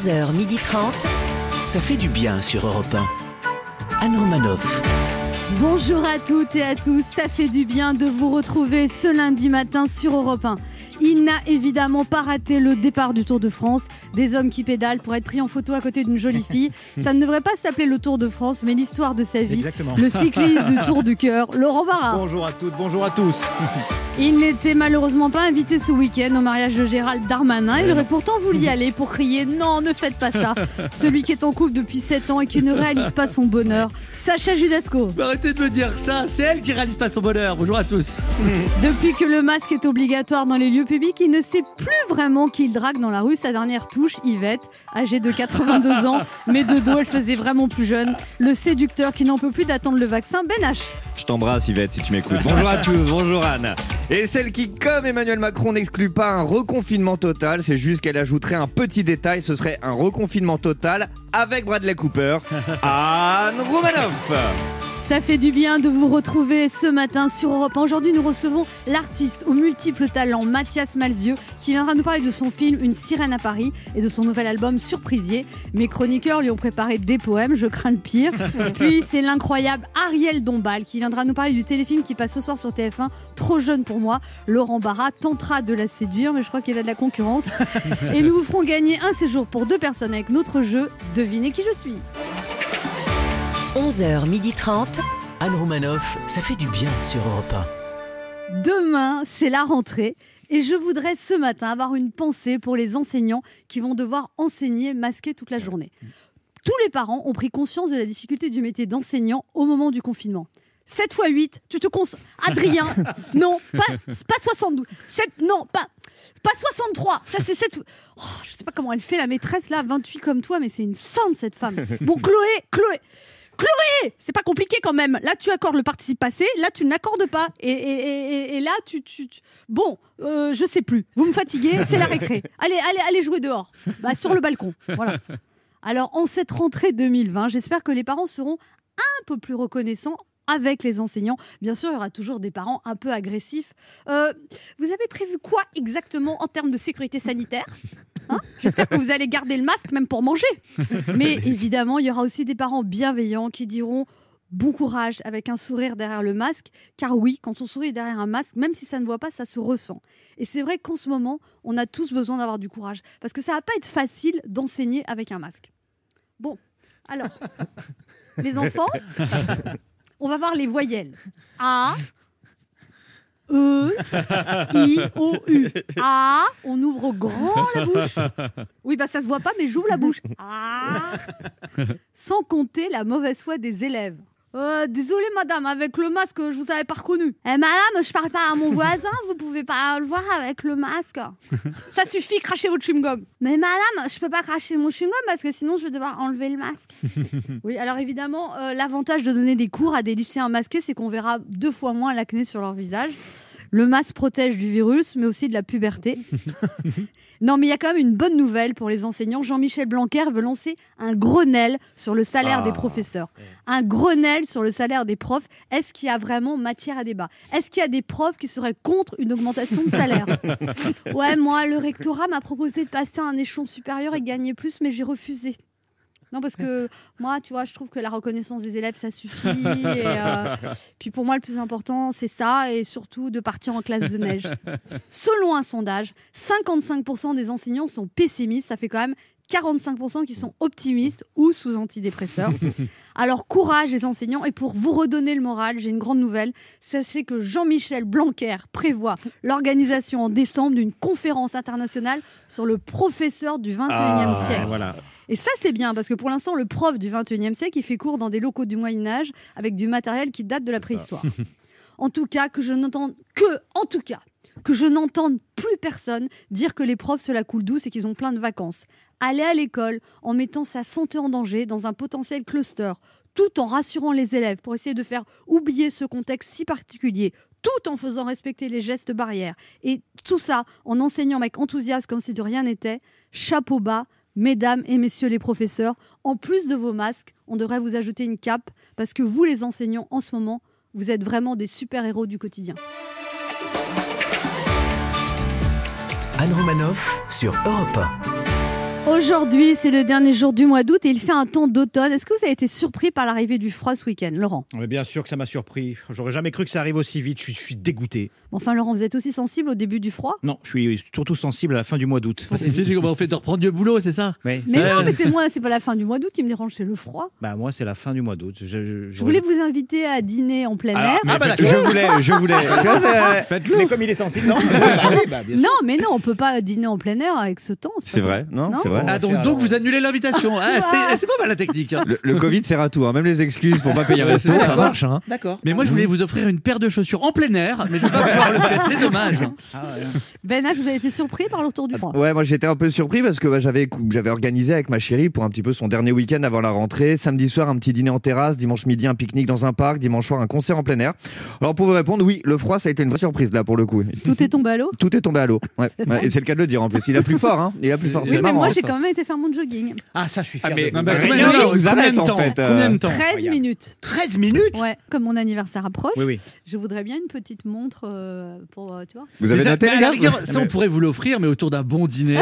11h30. Ça fait du bien sur Europe 1. Anne Romanoff. Bonjour à toutes et à tous, ça fait du bien de vous retrouver ce lundi matin sur Europe 1. Il n'a évidemment pas raté le départ du Tour de France. Des hommes qui pédalent pour être pris en photo à côté d'une jolie fille. Ça ne devrait pas s'appeler le Tour de France, mais l'histoire de sa vie. Exactement. Le cycliste du Tour du Cœur, Laurent Barra. Bonjour à toutes, bonjour à tous. Il n'était malheureusement pas invité ce week-end au mariage de Gérald Darmanin. Il aurait pourtant voulu y aller pour crier « Non, ne faites pas ça !» Celui qui est en couple depuis 7 ans et qui ne réalise pas son bonheur, Sacha Judasco. Arrêtez de me dire ça, c'est elle qui réalise pas son bonheur. Bonjour à tous. Depuis que le masque est obligatoire dans les lieux publics, il ne sait plus vraiment qui il drague dans la rue. Sa dernière touche, Yvette, âgée de 82 ans, mais de dos, elle faisait vraiment plus jeune. Le séducteur qui n'en peut plus d'attendre le vaccin, Ben H. Je t'embrasse Yvette si tu m'écoutes. Bonjour à tous, bonjour Anne. Et celle qui, comme Emmanuel Macron, n'exclut pas un reconfinement total, c'est juste qu'elle ajouterait un petit détail, ce serait un reconfinement total avec Bradley Cooper. Anne Romanoff. Ça fait du bien de vous retrouver ce matin sur Europe 1. Aujourd'hui, nous recevons l'artiste aux multiples talents Mathias Malzieu qui viendra nous parler de son film Une sirène à Paris et de son nouvel album Surprisier. Mes chroniqueurs lui ont préparé des poèmes, je crains le pire. Puis c'est l'incroyable Ariel Dombal qui viendra nous parler du téléfilm qui passe ce soir sur TF1, Trop jeune pour moi. Laurent Barra tentera de la séduire, mais je crois qu'il a de la concurrence. Et nous vous ferons gagner un séjour pour 2 personnes avec notre jeu Devinez qui je suis. 11h30. Anne Romanoff, ça fait du bien sur Europe 1. Demain, c'est la rentrée et je voudrais ce matin avoir une pensée pour les enseignants qui vont devoir enseigner masqués toute la journée. Tous les parents ont pris conscience de la difficulté du métier d'enseignant au moment du confinement. 7 x 8, tu te Adrien, non, pas 72. 7, non, pas 63. Ça, c'est 7. Oh, je sais pas comment elle fait, la maîtresse, là, 28 comme toi, mais c'est une sainte, cette femme. Bon, Chloé, c'est pas compliqué quand même. Là, tu accordes le participe passé. Là, tu n'accordes pas. Et là, Bon, je sais plus. Vous me fatiguez, c'est la récré. Allez jouer dehors. Sur le balcon. Voilà. Alors, en cette rentrée 2020, j'espère que les parents seront un peu plus reconnaissants avec les enseignants. Bien sûr, il y aura toujours des parents un peu agressifs. Vous avez prévu quoi exactement en termes de sécurité sanitaire ? J'espère que vous allez garder le masque même pour manger. Mais évidemment, il y aura aussi des parents bienveillants qui diront bon courage avec un sourire derrière le masque. Car oui, quand on sourit derrière un masque, même si ça ne voit pas, ça se ressent. Et c'est vrai qu'en ce moment, on a tous besoin d'avoir du courage. Parce que ça va pas être facile d'enseigner avec un masque. Bon, alors, les enfants, on va voir les voyelles. A, E, I, O, U. A, on ouvre grand la bouche. Oui, ça se voit pas, mais j'ouvre la bouche. A. Sans compter la mauvaise foi des élèves. Désolée madame, avec le masque, je vous avais pas reconnu. Madame, je parle pas à mon voisin, vous pouvez pas le voir avec le masque. Ça suffit, crachez votre chewing-gum. Mais madame, je peux pas cracher mon chewing-gum parce que sinon je vais devoir enlever le masque. Oui, alors évidemment, l'avantage de donner des cours à des lycéens masqués, c'est qu'on verra 2 fois moins l'acné sur leur visage. Le masque protège du virus, mais aussi de la puberté. Non, mais il y a quand même une bonne nouvelle pour les enseignants. Jean-Michel Blanquer veut lancer un Grenelle sur le salaire des professeurs. Un Grenelle sur le salaire des profs. Est-ce qu'il y a vraiment matière à débat ? Est-ce qu'il y a des profs qui seraient contre une augmentation de salaire ? Ouais, moi, le rectorat m'a proposé de passer à un échelon supérieur et gagner plus, mais j'ai refusé. Non, parce que moi, tu vois, je trouve que la reconnaissance des élèves, ça suffit. Et puis pour moi, le plus important, c'est ça. Et surtout, de partir en classe de neige. Selon un sondage, 55% des enseignants sont pessimistes. Ça fait quand même 45% qui sont optimistes ou sous antidépresseurs. Alors, courage les enseignants. Et pour vous redonner le moral, j'ai une grande nouvelle. Sachez que Jean-Michel Blanquer prévoit l'organisation en décembre d'une conférence internationale sur le professeur du 21e siècle. Voilà. Et ça, c'est bien, parce que pour l'instant, le prof du 21e siècle, il fait cours dans des locaux du Moyen-Âge avec du matériel qui date de la préhistoire. En tout cas, que je n'entende plus personne dire que les profs se la coulent douce et qu'ils ont plein de vacances. Aller à l'école en mettant sa santé en danger dans un potentiel cluster, tout en rassurant les élèves pour essayer de faire oublier ce contexte si particulier, tout en faisant respecter les gestes barrières. Et tout ça en enseignant avec enthousiasme comme si de rien n'était. Chapeau bas, mesdames et messieurs les professeurs. En plus de vos masques, on devrait vous ajouter une cape parce que vous, les enseignants, en ce moment, vous êtes vraiment des super-héros du quotidien. Anne Romanoff sur Europe 1. Aujourd'hui, c'est le dernier jour du mois d'août et il fait un temps d'automne. Est-ce que vous avez été surpris par l'arrivée du froid ce week-end, Laurent? Mais bien sûr que ça m'a surpris. J'aurais jamais cru que ça arrive aussi vite. Je suis dégoûté. Enfin, Laurent, vous êtes aussi sensible au début du froid? Non, je suis surtout sensible à la fin du mois d'août. J'ai comment on fait de reprendre du boulot, c'est ça? Mais Mais non, mais c'est moi, c'est pas la fin du mois d'août qui me dérange, c'est le froid. Bah moi, c'est la fin du mois d'août. Je voulais vous inviter à dîner en plein air. Ah bah d'accord. Je voulais. Faites-le. Mais comme il est sensible, non Bah oui, bah, bien sûr. Non, mais non, on peut pas dîner en plein air avec ce temps. C'est vrai, non, c'est vrai. Ah, donc vous annulez l'invitation. Ah, c'est pas mal la technique. Hein. Le Covid sert à tout, hein. Même les excuses pour pas payer un resto, ça marche. Hein. D'accord. Mais moi, je voulais vous offrir une paire de chaussures en plein air, mais je vais pas pouvoir le faire, c'est dommage. Ah, ouais. Ben H, vous avez été surpris par le retour du froid? Ouais, moi j'étais un peu surpris parce que j'avais organisé avec ma chérie pour un petit peu son dernier week-end avant la rentrée. Samedi soir, un petit dîner en terrasse. Dimanche midi, un pique-nique dans un parc. Dimanche soir, un concert en plein air. Alors pour vous répondre, oui, le froid, ça a été une vraie surprise là pour le coup. Tout est tombé à l'eau? Tout est tombé à l'eau. Ouais. Ouais, et c'est le cas de le dire en plus. Il a plus fort, hein. Il a plus fort. Oui, C'est mais marrant. moi j'ai quand même été faire mon jogging. Ah, ça, je suis fier Ah, mais de vous. bah, rien combien- ne vous arrête combien de en temps fait. Combien de temps 13 Regarde. minutes. 13 minutes. Ouais, comme mon anniversaire approche, Oui, oui. je voudrais bien une petite montre pour, tu vois. Vous avez Mais noté mais les à la gars rigueur, ça, on pourrait vous l'offrir, mais autour d'un bon dîner.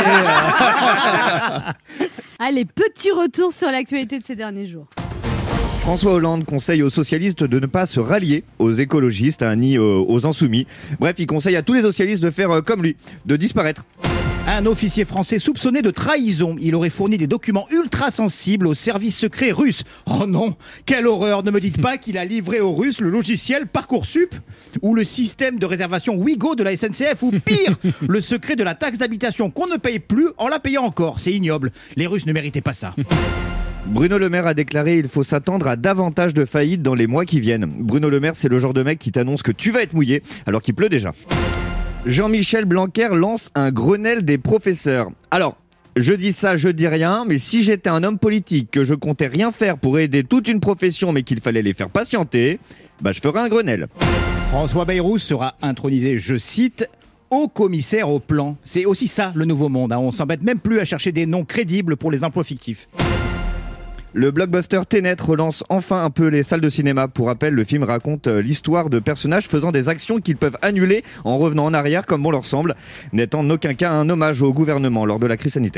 Allez, petit retour sur l'actualité de ces derniers jours. François Hollande conseille aux socialistes de ne pas se rallier aux écologistes ni aux insoumis. Bref, il conseille à tous les socialistes de faire comme lui, de disparaître. Un officier français soupçonné de trahison. Il aurait fourni des documents ultra sensibles au service secret russe. Oh non, quelle horreur. Ne me dites pas qu'il a livré aux Russes le logiciel Parcoursup ou le système de réservation Ouigo de la SNCF ou pire, le secret de la taxe d'habitation qu'on ne paye plus en la payant encore. C'est ignoble. Les Russes ne méritaient pas ça. Bruno Le Maire a déclaré qu'il faut s'attendre à davantage de faillites dans les mois qui viennent. Bruno Le Maire, c'est le genre de mec qui t'annonce que tu vas être mouillé alors qu'il pleut déjà. Jean-Michel Blanquer lance un Grenelle des professeurs. Alors, je dis ça, je dis rien, mais si j'étais un homme politique, que je comptais rien faire pour aider toute une profession, mais qu'il fallait les faire patienter, bah je ferais un Grenelle. François Bayrou sera intronisé, je cite, haut commissaire au plan. C'est aussi ça le nouveau monde. Hein. On s'embête même plus à chercher des noms crédibles pour les emplois fictifs. Le blockbuster Tenet relance enfin un peu les salles de cinéma. Pour rappel, le film raconte l'histoire de personnages faisant des actions qu'ils peuvent annuler en revenant en arrière comme bon leur semble, n'étant en aucun cas un hommage au gouvernement lors de la crise sanitaire.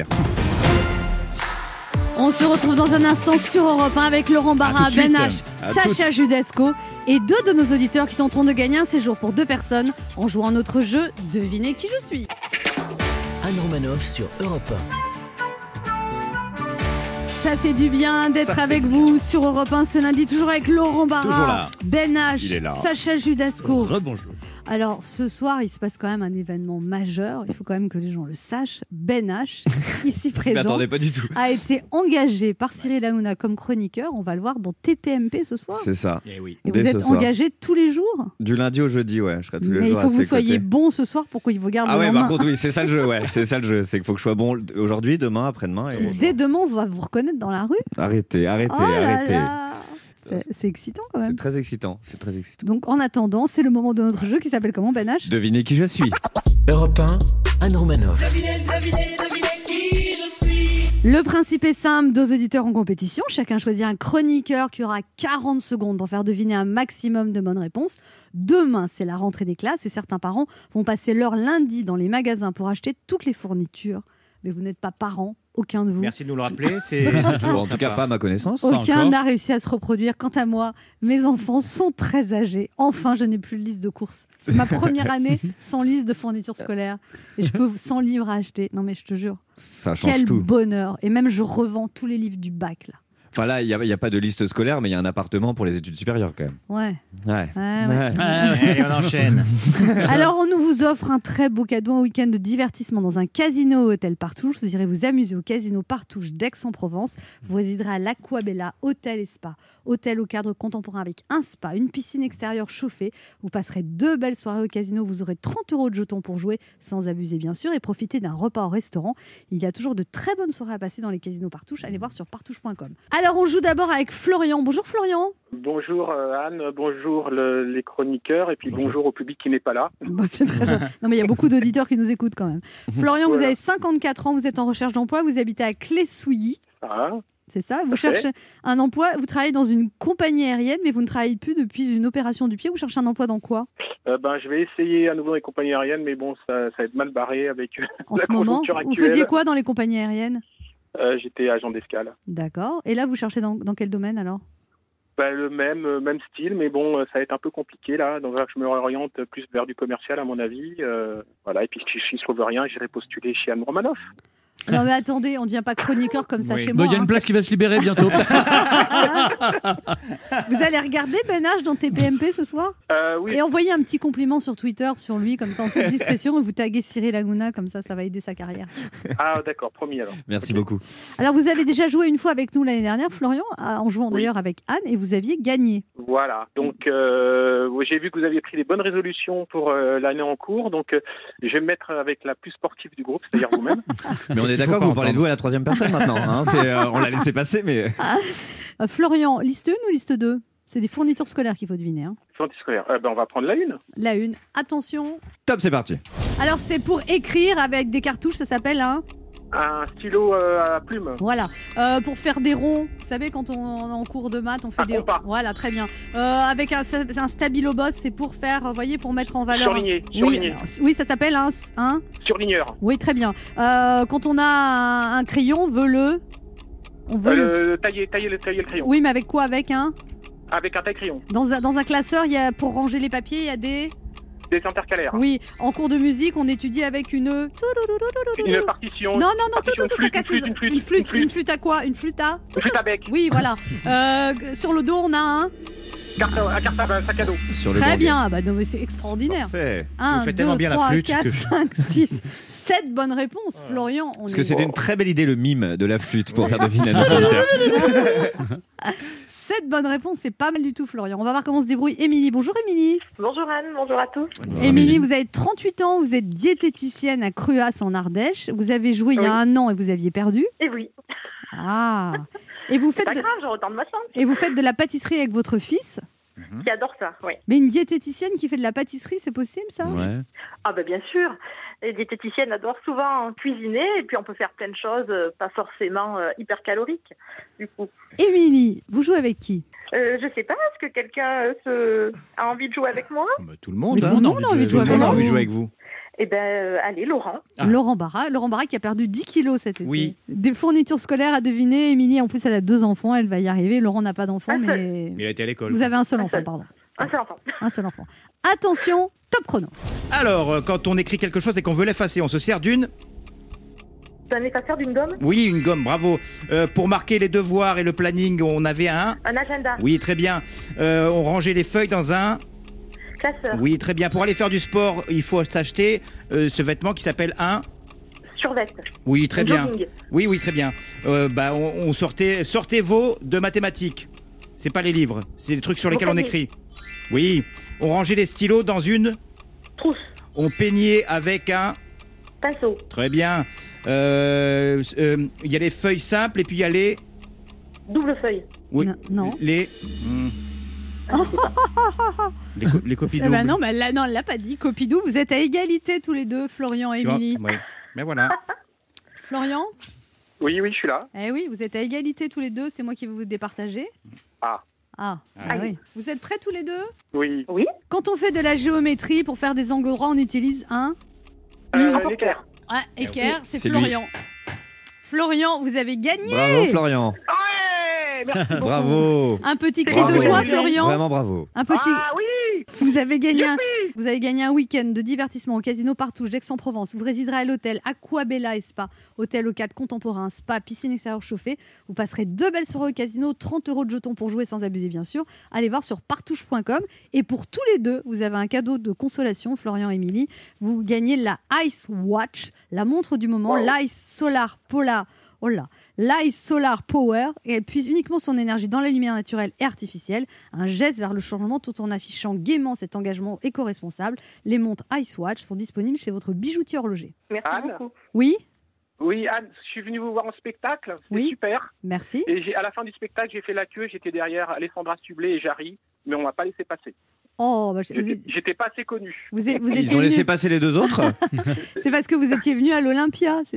On se retrouve dans un instant sur Europe 1 avec Laurent Barra, tout de suite. Ben H, À Sacha Judasco et deux de nos auditeurs qui tenteront de gagner un séjour pour 2 personnes en jouant à notre jeu Devinez qui je suis. Anne Romanoff sur Europe Ça fait du bien d'être avec vous sur Europe 1 ce lundi, toujours avec Laurent Toujours Barra, là. Ben H, Il est là. Sacha Judasco. Rebonjour. Alors ce soir, il se passe quand même un événement majeur, il faut quand même que les gens le sachent. Ben H, ici présent, pas du tout. a été engagé par Cyril Hanouna comme chroniqueur. On va le voir dans TPMP ce soir. C'est ça. Eh oui. Et dès vous ce êtes soir. engagé tous les jours. Du lundi au jeudi, ouais, je serai tous les Mais il jours faut à que vous ses soyez côtés. bon ce soir pour qu'il vous garde Ah le ouais, lendemain. par contre, oui, c'est ça le jeu, ouais. C'est ça le jeu. C'est qu'il faut que je sois bon aujourd'hui, demain, après-demain. Puis Et dès demain, on va vous reconnaître dans la rue. Arrêtez, Oh là arrêtez. là. C'est excitant quand même. C'est très excitant, c'est très excitant. Donc en attendant, c'est le moment de notre jeu qui s'appelle comment, Ben H? Devinez qui je suis. Europe 1, Anne Romanoff. Le principe est simple, 2 auditeurs en compétition. Chacun choisit un chroniqueur qui aura 40 secondes pour faire deviner un maximum de bonnes réponses. Demain, c'est la rentrée des classes et certains parents vont passer leur lundi dans les magasins pour acheter toutes les fournitures. Mais vous n'êtes pas parents, aucun de vous. Merci de nous le rappeler. C'est En tout cas, pas à ma connaissance. Aucun encore. n'a réussi à se reproduire. Quant à moi, mes enfants sont très âgés. Enfin, je n'ai plus de liste de courses. C'est ma première année sans liste de fournitures scolaires. Et je peux 100 livres à acheter. Non mais je te jure, Ça change quel tout. bonheur. Et même je revends tous les livres du bac là. Enfin là, il y a pas de liste scolaire, mais il y a un appartement pour les études supérieures quand même. Ouais. Ouais. Ouais. Allez, on enchaîne. Alors, on nous vous offre un très beau cadeau, un week-end de divertissement dans un casino au hôtel Partouche. Vous irez vous amuser au casino Partouche d'Aix-en-Provence. Vous résiderez à l'Aquabella, hôtel et spa. Hôtel au cadre contemporain avec un spa, une piscine extérieure chauffée. Vous passerez 2 belles soirées au casino. Vous aurez 30 € de jetons pour jouer, sans abuser bien sûr, et profiter d'un repas au restaurant. Il y a toujours de très bonnes soirées à passer dans les casinos Partouche. Allez voir sur partouche.com. Alors, on joue d'abord avec Florian. Bonjour Florian. Bonjour Anne, bonjour les chroniqueurs et puis bonjour au public qui n'est pas là. Bon, c'est très gentil. Non, mais il y a beaucoup d'auditeurs qui nous écoutent quand même. Florian, vous Voilà. avez 54 ans, vous êtes en recherche d'emploi, vous habitez à Clé-Souilly. Ah, c'est ça. Vous cherchez un emploi, vous travaillez dans une compagnie aérienne, mais vous ne travaillez plus depuis une opération du pied. Vous cherchez un emploi dans quoi? Je vais essayer à nouveau dans les compagnies aériennes, mais bon, ça va être mal barré avec En la ce moment, conjoncture vous actuelle. faisiez quoi dans les compagnies aériennes? J'étais agent d'escale. D'accord. Et là, vous cherchez dans quel domaine alors? Le même style, mais bon, ça va être un peu compliqué là. Donc là, je me réoriente plus vers du commercial à mon avis. Voilà. Et puis si je ne trouve rien, j'irai postuler chez Anne Romanoff. Non mais attendez, on ne devient pas chroniqueur comme ça Oui. chez Bah, moi. il y a une place qui va se libérer bientôt. Vous allez regarder Ben H dans TPMP ce soir? Oui. Et envoyer un petit compliment sur Twitter sur lui, comme ça en toute discrétion, et vous taguez Cyril Hanouna, comme ça va aider sa carrière. Ah d'accord, promis alors. Merci Ok. beaucoup. Alors vous avez déjà joué une fois avec nous l'année dernière, Florian, en jouant d'ailleurs avec Anne, et vous aviez gagné. Voilà. Donc j'ai vu que vous aviez pris des bonnes résolutions pour l'année en cours. Donc je vais me mettre avec la plus sportive du groupe, c'est-à-dire vous-même. Mais on est qu'il d'accord faut que vous pas parlez de vous à la troisième personne maintenant. Hein. On l'a laissé passer, mais. Florian, liste 1 ou liste 2? C'est des fournitures scolaires qu'il faut deviner. Hein. Santé scolaire. On va prendre la une. La une. Attention. Top, c'est parti. Alors c'est pour écrire avec des cartouches, ça s'appelle un... Un stylo à plume. Voilà. Pour faire des ronds, vous savez, quand on est en cours de maths, on fait Un des compas. Voilà, très bien. Avec un stabilo boss, c'est pour faire, vous voyez, pour mettre en valeur. Surligné. Oui, ça s'appelle un. Surligneur. Oui, très bien. Quand on a un crayon veleux, on veut. Tailler le crayon. Oui, mais avec quoi? Avec un. Avec un taille-crayon. Dans un classeur, il y a pour ranger les papiers, il y a des. Des intercalaires. Oui, en cours de musique, on étudie avec une. Une partition. Non, partition, ça une casse flûte, les- une flûte, Une flûte. une flûte. Une flûte à quoi? Une flûte à. Une flûte à bec. Oui, voilà. Sur le dos, on a un. Un sac à dos. Sur le Très gang. bien. Bah non, mais c'est extraordinaire. Parfait. 1, faites 2, tellement bien la 3, flûte 4, que- 5, 6, 7 bonnes réponses. Florian, on Parce est... que c'était une très belle idée, le mime de la flûte, pour faire deviner à nos auditeurs. 7 bonnes réponses, c'est pas mal du tout, Florian. On va voir comment se débrouille Émilie. Bonjour Émilie. Bonjour Anne, bonjour à tous. Émilie, vous avez 38 ans, vous êtes diététicienne à Cruas en Ardèche. Vous avez joué il y a Oui. 1 an et vous aviez perdu. Et oui, Ah. Et vous c'est faites pas de... grave, je retente ma chance. Et vous faites de la pâtisserie avec votre fils. Qui adore ça, oui. Mais une diététicienne qui fait de la pâtisserie, c'est possible ça? Ouais. Ah bah bien sûr, les diététiciennes adorent souvent cuisiner et puis on peut faire plein de choses, pas forcément hyper caloriques. Du coup, Émilie, vous jouez avec qui? je sais pas, est-ce que quelqu'un a envie de jouer avec moi? Tout le monde, Mais tout le monde a envie de jouer Tout le monde a avec envie de vous. jouer avec vous. Eh ben allez Laurent. Laurent Barra qui a perdu 10 kilos cet été. Oui. Des fournitures scolaires à deviner. Émilie, en plus, elle a 2 enfants, elle va y arriver. Laurent n'a pas d'enfant, Un seul. mais Il a été à l'école. vous avez un seul Un enfant, seul. pardon. Un seul enfant. Un seul enfant. Attention, top chrono. Alors, quand on écrit quelque chose et qu'on veut l'effacer, on se sert d'une... Un effaceur d'une gomme? Oui, une gomme, bravo. Pour marquer les devoirs et le planning, on avait un... Un agenda? Oui, très bien. On rangeait les feuilles dans un... Classeur? Oui, très bien. Pour aller faire du sport, il faut s'acheter ce vêtement qui s'appelle un... Survette? Oui, très Un bien. jogging? Oui, très bien. On sortez vos de mathématiques. C'est pas les livres, c'est les trucs sur lesquels on cahiers. écrit. Oui, on rangeait les stylos dans une... Trousse? On peignait avec un... Pinceau? Très bien. Il y a les feuilles simples et puis il y a les... Double feuille? Oui, Non. Les... les copies Eh ben doubles. non, mais elle l'a pas dit. Copidou, vous êtes à égalité tous les deux, Florian et Tu vois, Émilie. oui. Mais voilà. Florian? Oui, je suis là. Eh oui, vous êtes à égalité tous les deux. C'est moi qui vais vous départager. Ah. Ah, oui. Vous êtes prêts tous les deux? Oui. Oui? Quand on fait de la géométrie, pour faire des angles droits, on utilise un... L'équerre. Ah, équerre, c'est C'est Florian. Florian, vous avez gagné. Bravo, Florian. Ouais, merci beaucoup. Bravo. Un petit cri Bravo. de joie, Bravo. Florian. Vraiment bravo. Un petit... Ah oui. Vous avez gagné un week-end de divertissement au Casino Partouche d'Aix-en-Provence. Vous résiderez à l'hôtel Aquabella et Spa, hôtel au cadre contemporain, spa, piscine extérieure chauffée. Vous passerez 2 belles soirées au casino, 30 € de jetons pour jouer sans abuser bien sûr. Allez voir sur partouche.com. Et pour tous les deux, vous avez un cadeau de consolation, Florian et Émilie. Vous gagnez la Ice Watch, la montre du moment, l'Ice Solar Polar. Oh là, l'Ice Solar Power, et elle puise uniquement son énergie dans la lumière naturelle et artificielle. Un geste vers le changement tout en affichant gaiement cet engagement éco-responsable. Les montres Ice Watch sont disponibles chez votre bijoutier horloger. Merci Anne? beaucoup. Oui, Oui, Anne, je suis venu vous voir en spectacle. C'est Oui. super. merci. Et à la fin du spectacle, j'ai fait la queue. J'étais derrière Alessandra Sublet et Jarry, mais on m'a pas laissé passer. Oh, bah, J'étais pas assez connu. vous Ils étiez ont laissé venu- passer les deux autres. C'est parce que vous étiez venu à l'Olympia, c'est ça?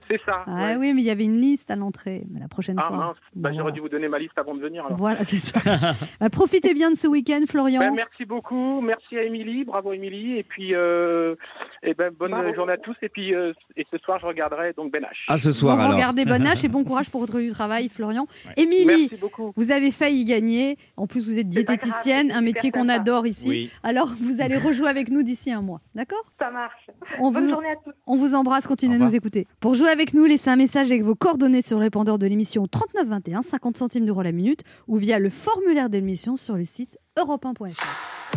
C'est ça. Ah ouais. oui, mais il y avait une liste à l'entrée. Mais la prochaine Ah fois. mince, bah, Bon, j'aurais dû vous donner ma liste avant de venir. Alors. Voilà, c'est ça. Bah, profitez bien de ce week-end, Florian. Ben, merci beaucoup, merci à Émilie, bravo Émilie, et puis bonne journée à tous, et puis et ce soir je regarderai donc Ben H. À ce soir Bon, alors. regardez Bon H et bon courage pour retrouver du travail, Florian. Ouais. Émilie, Merci beaucoup. vous avez failli gagner. En plus, vous êtes C'est pas diététicienne, grave, un c'est métier super qu'on sympa. adore ici. Oui. Alors, vous allez rejouer avec nous d'ici un mois, d'accord? Ça marche. On Bonne vous, journée à tous. on vous embrasse, continuez Au à nous revoir. écouter. Pour jouer avec nous, laissez un message avec vos coordonnées sur le répondeur de l'émission 3921, 50 centimes d'euros la minute, ou via le formulaire d'émission sur le site europe1.fr.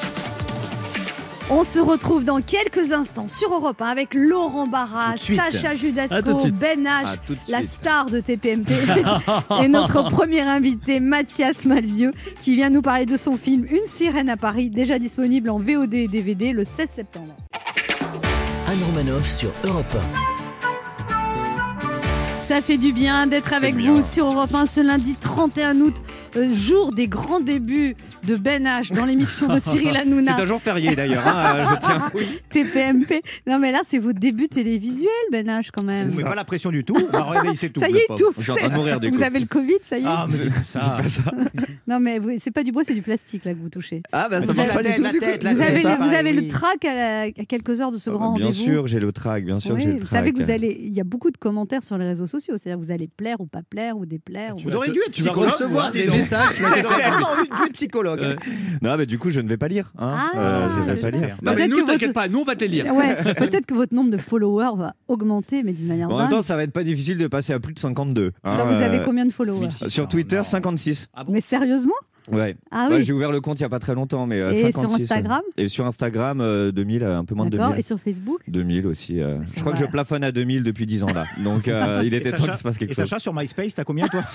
On se retrouve dans quelques instants sur Europe 1 avec Laurent Barra, Tout de suite. Sacha À tout de Judasco, suite. Ben H, À tout de la suite. star de TPMP, et notre premier invité, Mathias Malzieu, qui vient nous parler de son film Une sirène à Paris, déjà disponible en VOD et DVD le 16 septembre. Anne Romanoff sur Europe Ça fait du bien d'être avec bien. vous sur Europe 1 ce lundi 31 août, jour des grands débuts de Ben H dans l'émission de Cyril C'est Hanouna, un jour férié d'ailleurs, je tiens. TPMP. Non mais là, c'est vos débuts télévisuels, Ben H, quand même. Vous mettez pas la pression du tout. On va regarder, c'est tout. Ça y le est, pauvre. tout. Je suis en train de mourir du coup. Vous avez le Covid, ça y est. Ah, mais dis pas ça. Non mais c'est pas du bois, c'est du plastique là que vous touchez. Ah bah ça Vous marche avez pas du tout. la du coup. tête, la Vous tête, avez, c'est ça, vous pareil, avez oui. le trac à quelques heures de ce grand Bien rendez-vous. sûr, j'ai le trac, bien sûr que j'ai Oui, le vous trac. savez que il y a beaucoup de commentaires sur les réseaux sociaux, c'est-à-dire vous allez plaire ou pas plaire ou déplaire. Vous auriez dû être Tu vas psychologue. recevoir dis des donc. messages. Tu vas Vous avez tellement envie de psychologue. Ouais. Non, mais du coup, je ne vais pas lire. Hein. Ah, je ne vais c'est pas ça. lire. Non, mais Peut-être nous, que t'inquiète votre- pas, nous, on va te les lire. Ouais, peut-être que votre nombre de followers va augmenter, mais d'une manière En même dingue. temps, ça va être pas difficile de passer à plus de 52. hein, Alors, vous avez combien de followers? Sur Twitter, 56. Ah bon Mais sérieusement? Ouais. Ah Ouais, oui. j'ai ouvert le compte il n'y a pas très longtemps, mais Et 56. sur Instagram? Et sur Instagram, 2000, un peu moins de D'accord. 2000. Et sur Facebook? 2000 aussi. ça Je crois que va. je plafonne à 2000 depuis 10 ans là. Donc il était temps qu'il se passe quelque Et chose. Sacha, sur MySpace, t'as combien toi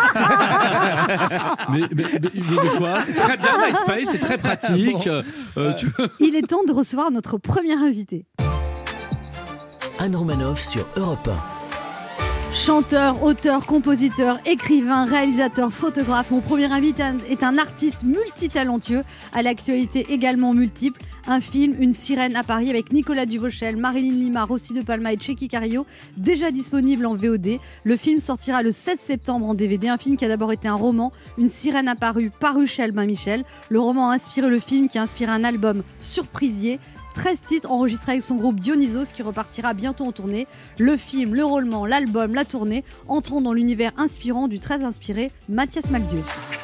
Mais quoi? C'est très bien, MySpace, c'est très pratique. Il est temps de recevoir notre premier invité. Anne Romanoff sur Europe Chanteur, auteur, compositeur, écrivain, réalisateur, photographe, mon premier invité est un artiste multitalentueux, à l'actualité également multiple. Un film, Une sirène à Paris, avec Nicolas Duvauchel, Marilyn Lima, Rossi de Palma et Checky Carillo, déjà disponible en VOD. Le film sortira le 16 septembre en DVD, un film qui a d'abord été un roman, Une sirène à Paris, paru chez Albin Michel. Le roman a inspiré le film qui a inspiré un album Surprisier. 13 titres enregistrés avec son groupe Dionysos qui repartira bientôt en tournée. Le film, le roulement, l'album, la tournée, entrons dans l'univers inspirant du très inspiré Mathias Malzieu.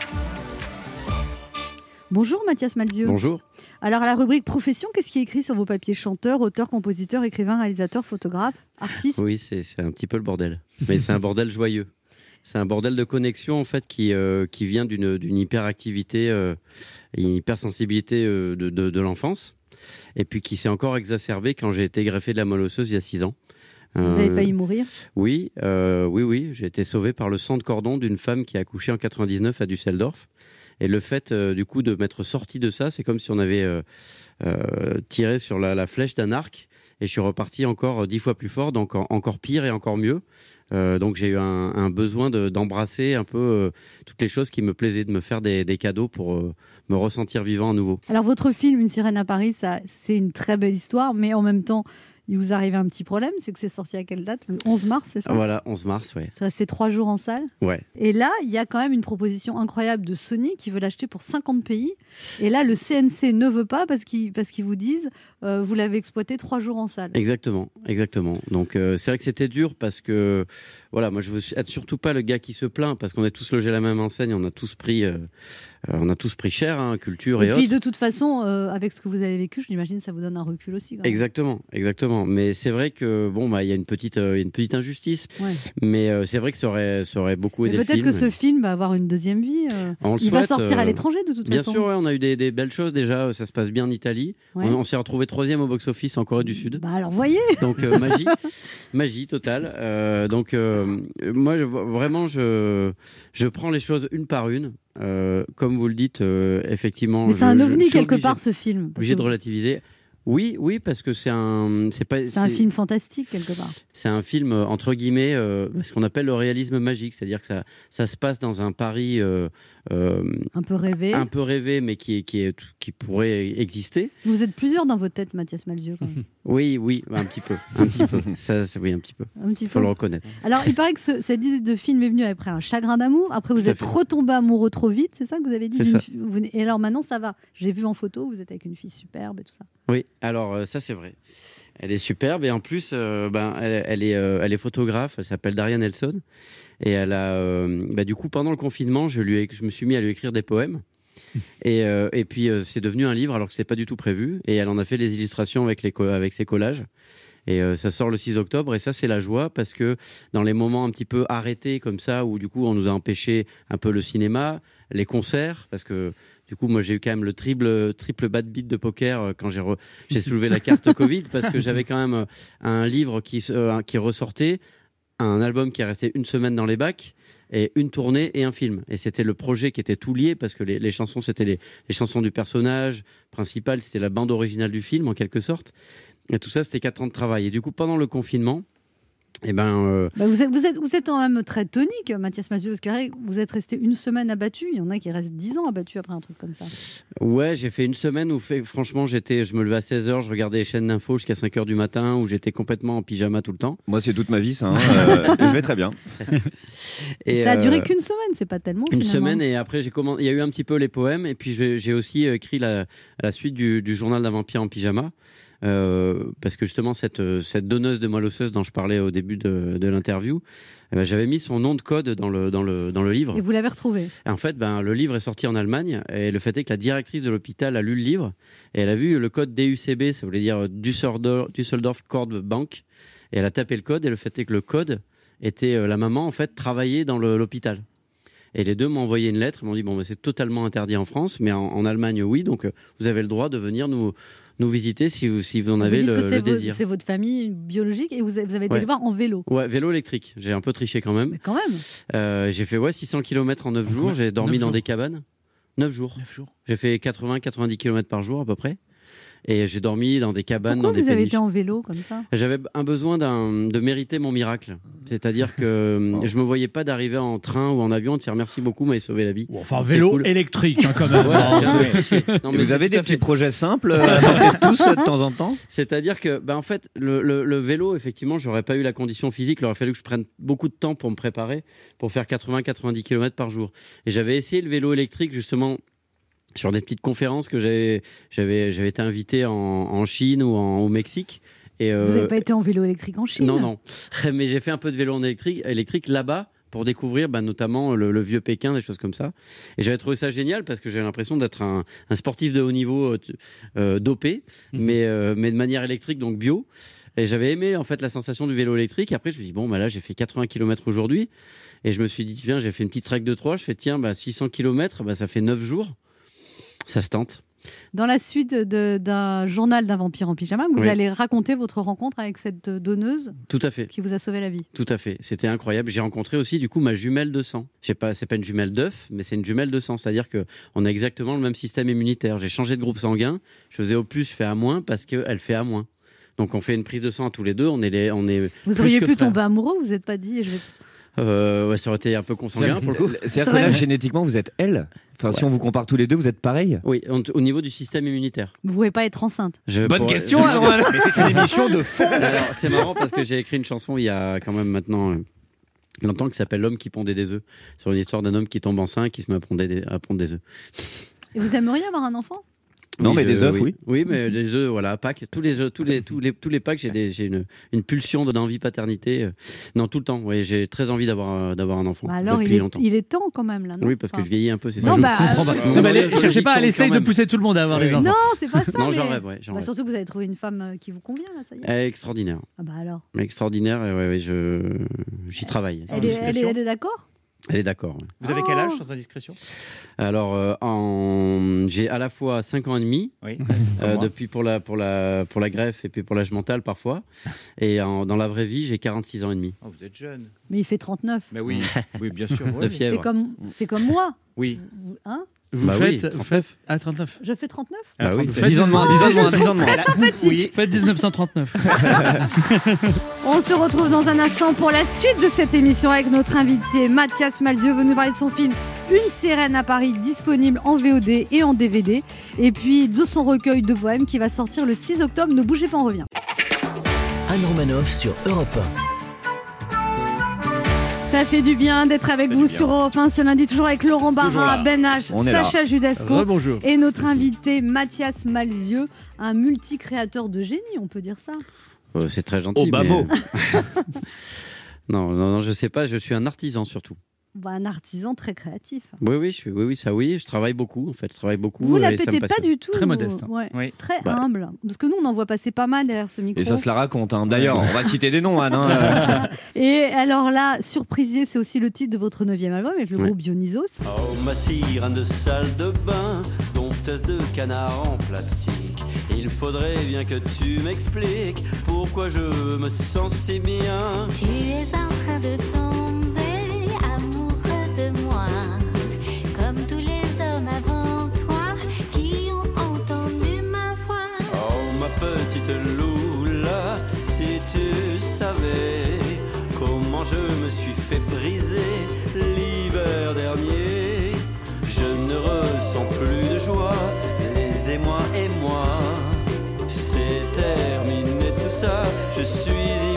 Bonjour Mathias Malzieu. Bonjour. Alors à la rubrique profession, qu'est-ce qui est écrit sur vos papiers? Chanteur, auteur, compositeur, écrivain, réalisateur, photographe, artiste? Oui, c'est un petit peu le bordel. Mais c'est un bordel joyeux. C'est un bordel de connexion en fait qui vient d'une hyperactivité, une hypersensibilité de l'enfance. Et puis qui s'est encore exacerbé quand j'ai été greffé de la moelle osseuse il y a 6 ans. Vous avez failli mourir? Oui. J'ai été sauvé par le sang de cordon d'une femme qui a accouché en 99 à Düsseldorf. Et le fait, du coup, de m'être sorti de ça, c'est comme si on avait tiré sur la flèche d'un arc. Et je suis reparti encore 10 fois plus fort, donc encore pire et encore mieux. Donc j'ai eu un besoin d'embrasser un peu toutes les choses qui me plaisaient, de me faire des cadeaux pour me ressentir vivant à nouveau. Alors votre film Une sirène à Paris, c'est une très belle histoire, mais en même temps, il vous arrive un petit problème, c'est que c'est sorti à quelle date? Le 11 mars, c'est ça? Voilà, 11 mars, ouais. C'est resté 3 jours en salle. Ouais. Et là, il y a quand même une proposition incroyable de Sony qui veut l'acheter pour 50 pays. Et là, le CNC ne veut pas parce qu'ils vous disent vous l'avez exploité 3 jours en salle. Exactement. Donc c'est vrai que c'était dur parce que voilà, moi je veux être surtout pas le gars qui se plaint parce qu'on est tous logés à la même enseigne, on a tous pris cher, hein, culture et puis autres. de toute façon, avec ce que vous avez vécu, j'imagine que ça vous donne un recul aussi. Quand même. Exactement. Mais c'est vrai que il y a une petite injustice. Ouais. Mais c'est vrai que ça aurait beaucoup aidé Mais le film. peut-être que ce film va avoir une deuxième vie. On le il va souhaite, sortir à l'étranger de toute Bien façon. sûr, ouais, on a eu des belles choses déjà. Ça se passe bien en Italie. Ouais. On s'est retrouvé 3e au box-office en Corée du Sud. Bah alors voyez. Donc magie totale. Moi vraiment je prends les choses une par une. Comme vous le dites, effectivement. Mais c'est un je ovni suis quelque obligé- part ce film. Parce Obligé que- de relativiser. Oui, parce que c'est un film fantastique quelque part. C'est un film entre guillemets, ce qu'on appelle le réalisme magique, c'est-à-dire que ça se passe dans un Paris un peu rêvé, mais qui pourrait exister. Vous êtes plusieurs dans votre tête, Mathias Malzieu. Quand même. Oui, un petit peu. Ça, oui, un petit peu. Il faut le reconnaître. Alors, il paraît que cette idée de film est venue après un chagrin d'amour. Après, vous êtes retombé amoureux trop vite. C'est ça que vous avez dit. C'est ça. Et alors maintenant, ça va. J'ai vu en photo, vous êtes avec une fille superbe et tout ça. Oui, alors ça c'est vrai. Elle est superbe et en plus, elle est photographe. Elle s'appelle Daria Nelson et elle a, du coup, pendant le confinement, je me suis mis à lui écrire des poèmes. Et puis c'est devenu un livre alors que c'est pas du tout prévu. Et elle en a fait les illustrations avec ses collages. Et ça sort le 6 octobre et ça c'est la joie parce que dans les moments un petit peu arrêtés comme ça où du coup on nous a empêché un peu le cinéma, les concerts, parce que du coup moi j'ai eu quand même le triple bad beat de poker quand j'ai soulevé la carte Covid parce que j'avais quand même un livre qui ressortait, un album qui est resté une semaine dans les bacs et une tournée et un film. Et c'était le projet qui était tout lié parce que les chansons c'était les chansons du personnage principal, c'était la bande originale du film en quelque sorte. Et tout ça, c'était 4 ans de travail. Et du coup, pendant le confinement, vous êtes quand même très tonique, Mathias Malzieu, parce que vous êtes resté une semaine abattu. Il y en a qui restent 10 ans abattus après un truc comme ça. Ouais, j'ai fait une semaine où franchement, je me levais à 16h, je regardais les chaînes d'infos jusqu'à 5h du matin, où j'étais complètement en pyjama tout le temps. Moi, c'est toute ma vie, ça. Et je vais très bien. Et ça a duré qu'une semaine, c'est pas tellement. Une semaine, et après, il y a eu un petit peu les poèmes, et puis j'ai aussi écrit la suite du journal d'un vampire en pyjama. Parce que justement cette donneuse de moelle osseuse dont je parlais au début de l'interview, j'avais mis son nom de code dans le livre. Et vous l'avez retrouvé. Et en fait, le livre est sorti en Allemagne et le fait est que la directrice de l'hôpital a lu le livre et elle a vu le code DUCB, ça voulait dire Düsseldorf Cord Bank, et elle a tapé le code et le fait est que le code était la maman en fait travaillait dans l'hôpital. Et les deux m'ont envoyé une lettre, m'ont dit c'est totalement interdit en France, mais en Allemagne oui, donc vous avez le droit de venir nous visiter si vous en avez le désir. C'est votre famille biologique et vous avez été le voir en vélo. Ouais, vélo électrique. J'ai un peu triché quand même. Mais quand même. J'ai fait 600 km en 9 jours. J'ai dormi dans des cabanes. 9 jours. J'ai fait 80-90 km par jour à peu près. Et j'ai dormi dans des cabanes, Pourquoi dans des péniches. Vous avez été en vélo comme ça? J'avais un besoin de mériter mon miracle. C'est-à-dire que je me voyais pas d'arriver en train ou en avion, de faire merci beaucoup, m'avez sauvé la vie. Enfin, vélo électrique quand même. J'ai un peu triché. Non, mais vous avez des petits projets simples à porter tous de temps en temps? C'est-à-dire que, en fait, le vélo, effectivement, j'aurais pas eu la condition physique. Il aurait fallu que je prenne beaucoup de temps pour me préparer, pour faire 80-90 km par jour. Et j'avais essayé le vélo électrique, justement, sur des petites conférences que j'avais été invité en Chine ou au Mexique. Et vous n'avez pas été en vélo électrique en Chine? Non. Mais j'ai fait un peu de vélo en électrique là-bas pour découvrir notamment le vieux Pékin, des choses comme ça. Et j'avais trouvé ça génial parce que j'avais l'impression d'être un sportif de haut niveau dopé, mais de manière électrique, donc bio. Et j'avais aimé en fait la sensation du vélo électrique. Et après, je me suis dit, là, j'ai fait 80 km aujourd'hui. Et je me suis dit, tiens, j'ai fait une petite trek de 3. Je fais, 600 km, ça fait 9 jours. Ça se tente. Dans la suite d'un journal d'un vampire en pyjama, vous allez raconter votre rencontre avec cette donneuse. Tout à fait. Qui vous a sauvé la vie. Tout à fait. C'était incroyable. J'ai rencontré aussi du coup ma jumelle de sang. C'est pas une jumelle d'œuf, mais c'est une jumelle de sang. C'est-à-dire que on a exactement le même système immunitaire. J'ai changé de groupe sanguin. Je faisais au plus, je fais à moins parce qu'elle fait à moins. Donc on fait une prise de sang à tous les deux. On est. Vous auriez pu tomber amoureux. Vous n'êtes pas dit. Ça aurait été un peu consanguin pour le coup. C'est-à-dire que là, génétiquement, vous êtes elle. Enfin, si on vous compare tous les deux, vous êtes pareil. Oui, au niveau du système immunitaire. Vous pouvez pas être enceinte. Bonne question, Arwan. Mais c'est une émission de fond. Alors, c'est marrant parce que j'ai écrit une chanson il y a quand même maintenant longtemps qui s'appelle L'homme qui pondait des œufs, sur une histoire d'un homme qui tombe enceint et qui se met à pondre des œufs. Et vous aimeriez avoir un enfant? Non, mais des œufs, oui. Oui, mais des œufs, voilà, Pâques. Tous les Pâques, j'ai une pulsion d'envie paternité. Non, tout le temps. Oui, j'ai très envie d'avoir un enfant. Alors, depuis longtemps. Il est temps quand même là. Non, oui, parce que je vieillis un peu. C'est non, ça. Cherchez pas à l'essayer de pousser tout le monde à avoir des enfants. Non, c'est pas ça. Non, j'en rêve. Surtout que vous avez trouvé une femme qui vous convient là, ça y est. Extraordinaire. Ah bah alors. Extraordinaire. J'y travaille. Elle est d'accord? Elle est d'accord. Ouais. Vous avez quel âge, sans indiscrétion? Alors, j'ai à la fois 5 ans et demi, depuis pour la greffe et puis pour l'âge mental parfois. Et dans la vraie vie, j'ai 46 ans et demi. Oh, vous êtes jeune. Mais il fait 39. Mais oui, bien sûr. De fièvre. C'est comme moi. Oui. Hein? Vous Bah oui, faites 39. Ah, 39. Je fais 39. Bah oui, C'est 10 ans de moins, 10 ans de moins, 10 ans de moins. Très sympathique. Oui. Faites 1939. On se retrouve dans un instant pour la suite de cette émission avec notre invité Mathias Malzieu veut nous parler de son film Une sirène à Paris, disponible en VOD et en DVD, et puis de son recueil de poèmes qui va sortir le 6 octobre. Ne bougez pas, on revient. Anne Romanoff sur Europe 1. Ça fait du bien d'être avec vous sur Europe 1 ce lundi, toujours avec Laurent Barra, Ben H, On est là. Sacha Judasco Bonjour. et notre invité Mathias Malzieu, un multi-créateur de génie, on peut dire ça. C'est très gentil. Au babo. Non, je sais pas, je suis un artisan surtout. Bah, un artisan très créatif. Oui, je travaille beaucoup en fait, je travaille beaucoup. Vous la et ça me pétez pas passionne. du tout. Très modeste, hein. Ouais, Oui. très Bah. humble. Parce que nous, on en voit passer pas mal derrière ce micro. Et ça se la raconte. Hein. D'ailleurs, on va citer des noms, Anne. Hein. Et alors là, Surprisier, c'est aussi le titre de votre 9e album avec le Ouais. groupe Dionysos. Oh, ma sirène de salle de bain, dompteuse de canard en plastique. Il faudrait bien que tu m'expliques pourquoi je me sens si bien. Tu es en train de tomber amoureux de moi, comme tous les hommes avant toi qui ont entendu ma voix. Oh, ma petite Loula, si tu savais comment je me suis fait briser l'hiver dernier. Je ne ressens plus de joie, les émois et moi. C'est terminé tout ça, je suis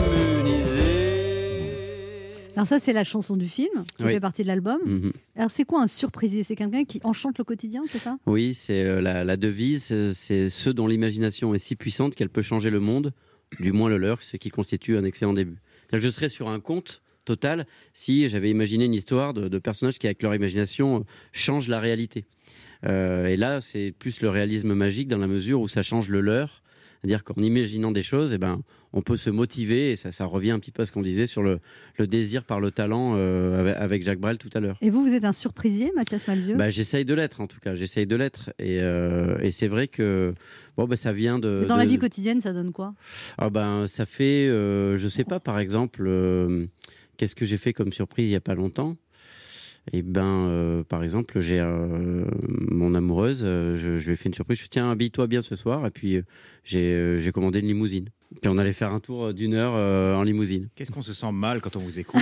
immunisé. Alors ça, c'est la chanson du film qui Oui. fait partie de l'album. Mhm. Alors c'est quoi un surprisier? C'est quelqu'un qui enchante le quotidien, c'est ça? Oui, c'est la devise, c'est ceux dont l'imagination est si puissante qu'elle peut changer le monde, du moins le leur, ce qui constitue un excellent début. C'est-à-dire que je serais sur un conte total si j'avais imaginé une histoire de personnages qui, avec leur imagination, changent la réalité. Et là, c'est plus le réalisme magique dans la mesure où ça change le leur. C'est-à-dire qu'en imaginant des choses, eh ben, on peut se motiver, et ça revient un petit peu à ce qu'on disait sur le désir par le talent avec Jacques Brel tout à l'heure. Et vous êtes un surprisier, Mathias Malzieu? Bah, j'essaye de l'être, en tout cas, j'essaye de l'être. Et c'est vrai que ça vient de... Et dans la vie quotidienne, ça donne quoi? Ça fait, je sais pas, par exemple, qu'est-ce que j'ai fait comme surprise il y a pas longtemps? Par exemple, j'ai mon amoureuse, je lui ai fait une surprise. Je lui ai dit, tiens, habille-toi bien ce soir. Et puis, j'ai commandé une limousine. Puis, on allait faire un tour d'une heure en limousine. Qu'est-ce qu'on se sent mal quand on vous écoute?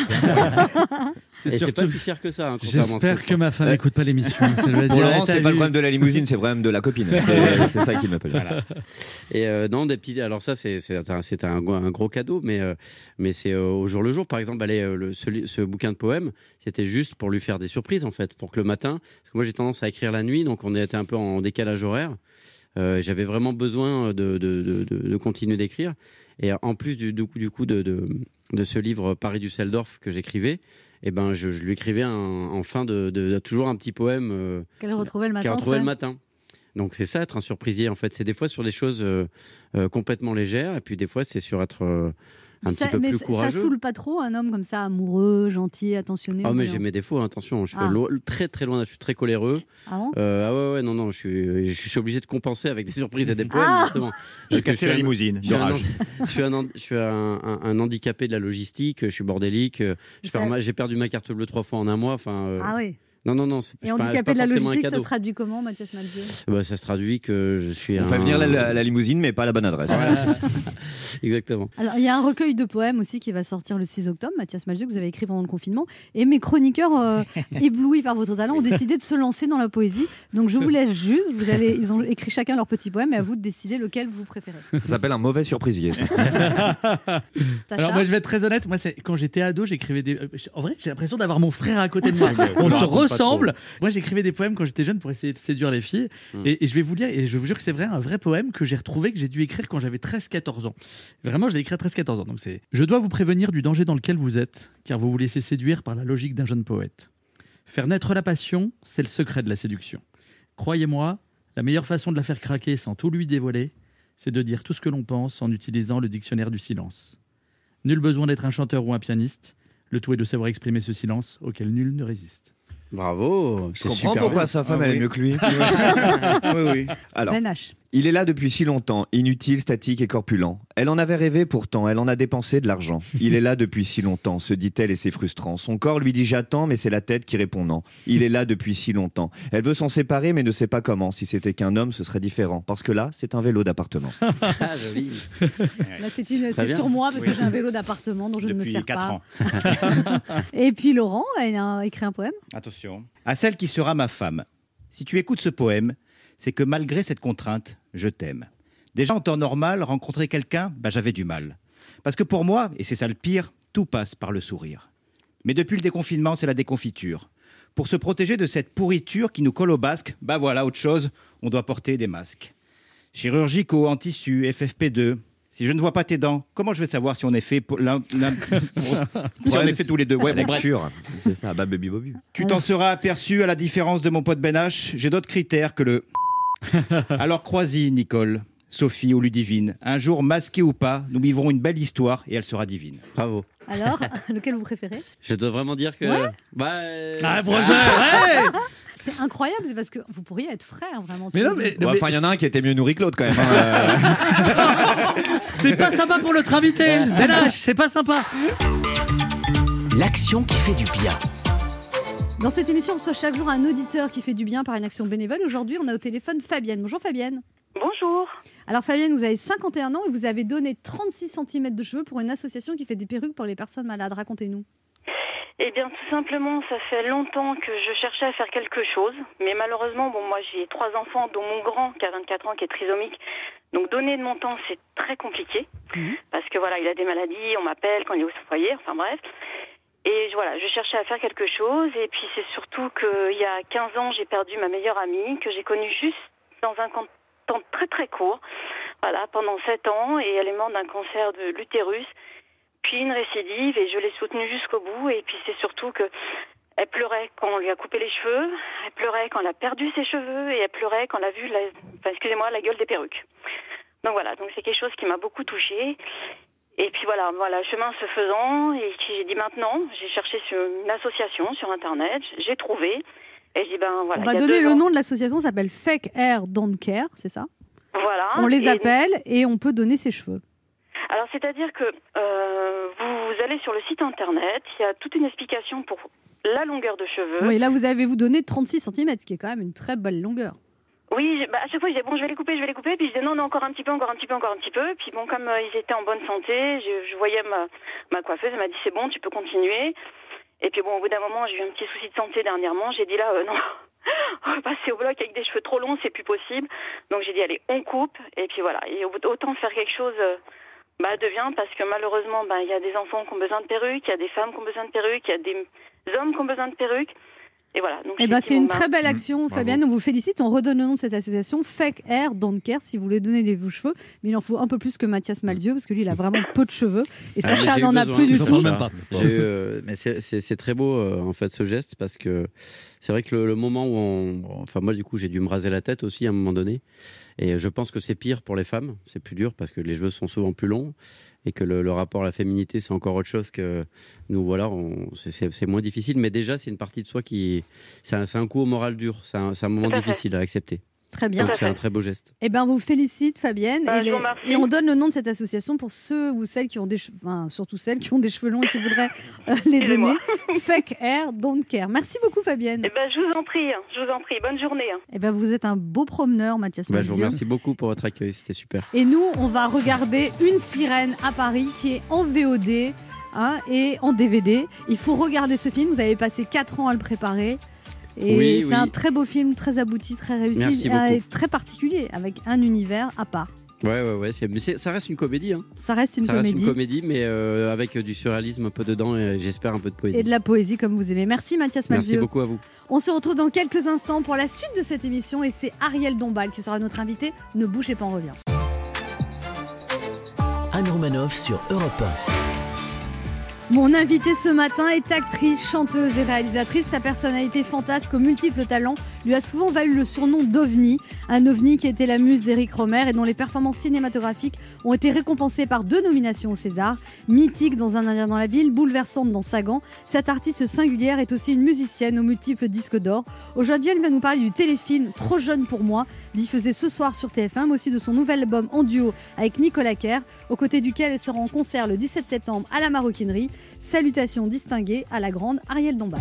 Et c'est pas si cher que ça. Hein, contrairement à ce J'espère que ma femme n'écoute pas l'émission. Ça veut Pour dire, Laurent, t'as c'est pas le vu problème de la limousine, c'est le problème de la copine. C'est ça qui m'appelle. Voilà. Et non, des petits. Alors ça, c'est un gros cadeau, mais c'est au jour le jour. Par exemple, ce bouquin de poèmes, c'était juste pour lui faire des surprises en fait, pour que le matin, parce que moi j'ai tendance à écrire la nuit, donc on était un peu en décalage horaire. J'avais vraiment besoin de continuer d'écrire. Et en plus du coup de ce livre Paris Düsseldorf que j'écrivais, je lui écrivais en fin de toujours un petit poème Qu'elle retrouvait le matin. qu'elle retrouvait le matin. Donc c'est ça, être un surprisier en fait. C'est des fois sur des choses complètement légères, et puis des fois c'est sur être un petit peu plus courageux. Ça saoule pas trop un homme comme ça, amoureux, gentil, attentionné? Mais j'ai mes défauts, attention, je suis très très loin, je suis très coléreux. Ah bon? Non, je suis obligé de compenser avec des surprises et des poèmes, justement. J'ai cassé la limousine, de rage. Je suis un handicapé de la logistique, je suis bordélique, j'ai perdu ma carte bleue 3 fois en un mois. Ah oui. Non, Et handicapé de la logistique, ça se traduit comment, Mathias Malzieu? Ça se traduit que je suis On fait venir la limousine, mais pas à la bonne adresse. Voilà, c'est ça. Exactement. Alors, il y a un recueil de poèmes aussi qui va sortir le 6 octobre, Mathias Malzieu, que vous avez écrit pendant le confinement. Et mes chroniqueurs, éblouis par votre talent, ont décidé de se lancer dans la poésie. Donc, je vous laisse juste. Ils ont écrit chacun leur petit poème et à vous de décider lequel vous préférez. Ça s'appelle un mauvais surprisier. Ça. Alors, moi, je vais être très honnête. Moi, quand j'étais ado, j'écrivais des. En vrai, j'ai l'impression d'avoir mon frère à côté de moi. On se ressemble. Moi, j'écrivais des poèmes quand j'étais jeune pour essayer de séduire les filles. Et je vais vous dire, et je vous jure que c'est vrai, un vrai poème que j'ai retrouvé, que j'ai dû écrire quand j'avais 13-14 ans. Vraiment, je l'ai écrit à 13-14 ans. Donc c'est: je dois vous prévenir du danger dans lequel vous êtes, car vous vous laissez séduire par la logique d'un jeune poète. Faire naître la passion, c'est le secret de la séduction. Croyez-moi, la meilleure façon de la faire craquer sans tout lui dévoiler, c'est de dire tout ce que l'on pense en utilisant le dictionnaire du silence. Nul besoin d'être un chanteur ou un pianiste. Le tout est de savoir exprimer ce silence auquel nul ne résiste. Bravo, Je comprends pourquoi sa femme elle est mieux que lui. Oui. Alors, Ben H. Il est là depuis si longtemps, inutile, statique et corpulent. Elle en avait rêvé pourtant, elle en a dépensé de l'argent. Il est là depuis si longtemps, se dit-elle et c'est frustrant. Son corps lui dit j'attends, mais c'est la tête qui répond non. Il est là depuis si longtemps. Elle veut s'en séparer, mais ne sait pas comment. Si c'était qu'un homme, ce serait différent. Parce que là, c'est un vélo d'appartement. Ah, joli. Là, c'est sur moi parce que j'ai un vélo d'appartement dont je ne me sers Depuis 4 pas. ans. Et puis Laurent a écrit un poème. Attention. À celle qui sera ma femme. Si tu écoutes ce poème, c'est que malgré cette contrainte, je t'aime. Déjà en temps normal, rencontrer quelqu'un, j'avais du mal. Parce que pour moi, et c'est ça le pire, tout passe par le sourire. Mais depuis le déconfinement, c'est la déconfiture. Pour se protéger de cette pourriture qui nous colle au basque, voilà, autre chose, on doit porter des masques. Chirurgicaux, en tissu, FFP2. Si je ne vois pas tes dents, comment je vais savoir si on est fait pour si on est fait tous les deux? Ouais, bon, bref. C'est ça, baby bobu. Tu t'en seras aperçu à la différence de mon pote Ben H. J'ai d'autres critères que le... Alors crois-y, Nicole, Sophie ou Ludivine. Un jour, masqué ou pas, nous vivrons une belle histoire et elle sera divine. Bravo. Alors, lequel vous préférez? Je dois vraiment dire que... Ouais. C'est incroyable, c'est parce que vous pourriez être frères, vraiment. Mais non, mais il y en a un qui était mieux nourri que l'autre quand même. Hein. C'est pas sympa pour notre invité, Ben H, c'est pas sympa. L'action qui fait du bien. Dans cette émission, on reçoit chaque jour un auditeur qui fait du bien par une action bénévole. Aujourd'hui, on a au téléphone Fabienne. Bonjour Fabienne. Bonjour. Alors Fabienne, vous avez 51 ans et vous avez donné 36 cm de cheveux pour une association qui fait des perruques pour les personnes malades. Racontez-nous. Eh bien, tout simplement, ça fait longtemps que je cherchais à faire quelque chose. Mais malheureusement, moi j'ai 3 enfants, dont mon grand qui a 24 ans, qui est trisomique. Donc donner de mon temps, c'est très compliqué. Parce que il a des maladies, on m'appelle quand il est au foyer, enfin bref. Et je cherchais à faire quelque chose. Et puis c'est surtout qu'il y a 15 ans, j'ai perdu ma meilleure amie, que j'ai connue juste dans un temps très très court. Pendant 7 ans. Et elle est morte d'un cancer de l'utérus. Puis une récidive, et je l'ai soutenue jusqu'au bout. Et puis c'est surtout que elle pleurait quand on lui a coupé les cheveux, elle pleurait quand elle a perdu ses cheveux, et elle pleurait quand elle a vu la gueule des perruques. Donc c'est quelque chose qui m'a beaucoup touchée. Et puis voilà, chemin se faisant, et j'ai dit maintenant, j'ai cherché sur une association sur internet, j'ai trouvé, et j'ai dit on va donner le nom de l'association, ça s'appelle Fake Hair Don't Care, c'est ça? Voilà. On les appelle et on peut donner ses cheveux. Alors, c'est-à-dire que vous allez sur le site internet, il y a toute une explication pour la longueur de cheveux. Oui, là, vous donné 36 cm, ce qui est quand même une très belle longueur. Oui, à chaque fois, je disais, je vais les couper, puis je disais, non, encore un petit peu. Puis comme ils étaient en bonne santé, je voyais ma coiffeuse, elle m'a dit, c'est bon, tu peux continuer. Et puis au bout d'un moment, j'ai eu un petit souci de santé dernièrement, j'ai dit non, on va passer au bloc avec des cheveux trop longs, c'est plus possible. Donc j'ai dit, allez, on coupe, et puis voilà. Et autant faire quelque chose... devient, parce que malheureusement, il y a des enfants qui ont besoin de perruques, il y a des femmes qui ont besoin de perruques, il y a des hommes qui ont besoin de perruques. Et voilà. Donc c'est une très belle action, Fabienne. On vous félicite. On redonne le nom de cette association, Fake Hair Don't Care, si vous voulez donner des cheveux. Mais il en faut un peu plus que Mathias Malzieu, parce que lui, il a vraiment peu de cheveux. Et Sacha n'en a plus du tout. Même pas. Mais c'est très beau, en fait, ce geste, parce que c'est vrai que le moment où moi, du coup, j'ai dû me raser la tête aussi à un moment donné. Et je pense que c'est pire pour les femmes. C'est plus dur parce que les cheveux sont souvent plus longs et que le rapport à la féminité, c'est encore autre chose que nous. C'est moins difficile. Mais déjà, c'est une partie de soi qui... C'est un coup au moral dur. C'est un moment difficile à accepter. Très bien. Donc c'est un très beau geste. On vous félicite, Fabienne. Et on donne le nom de cette association pour ceux ou celles qui ont surtout celles qui ont des cheveux longs et qui voudraient les donner. Fake Hair Don't Care. Merci beaucoup, Fabienne. Je vous en prie. Bonne journée. Vous êtes un beau promeneur, Mathias Malzieu. Je vous remercie beaucoup pour votre accueil. C'était super. Et nous, on va regarder Une sirène à Paris qui est en VOD et en DVD. Il faut regarder ce film. Vous avez passé 4 ans à le préparer. Et c'est un très beau film, très abouti, très réussi, et très particulier, avec un univers à part. Ouais. Ça reste une comédie. Ça reste une comédie, mais avec du surréalisme un peu dedans et j'espère un peu de poésie. Et de la poésie comme vous aimez. Merci Mathias Malzieu. Merci beaucoup à vous. On se retrouve dans quelques instants pour la suite de cette émission et c'est Ariel Dombal qui sera notre invité. Ne bougez pas, on revient. Anne Romanoff sur Europe 1. Mon invitée ce matin est actrice, chanteuse et réalisatrice. Sa personnalité fantasque aux multiples talents lui a souvent valu le surnom d'OVNI, un ovni qui était la muse d'Éric Rohmer et dont les performances cinématographiques ont été récompensées par 2 nominations au César. Mythique dans Un Indien dans la ville, bouleversante dans Sagan, cette artiste singulière est aussi une musicienne aux multiples disques d'or. Aujourd'hui, elle va nous parler du téléfilm Trop jeune pour moi, diffusé ce soir sur TF1, mais aussi de son nouvel album en duo avec Nicolas Kerr, aux côtés duquel elle sera en concert le 17 septembre à la Maroquinerie. Salutations distinguées à la grande Ariel Dombal.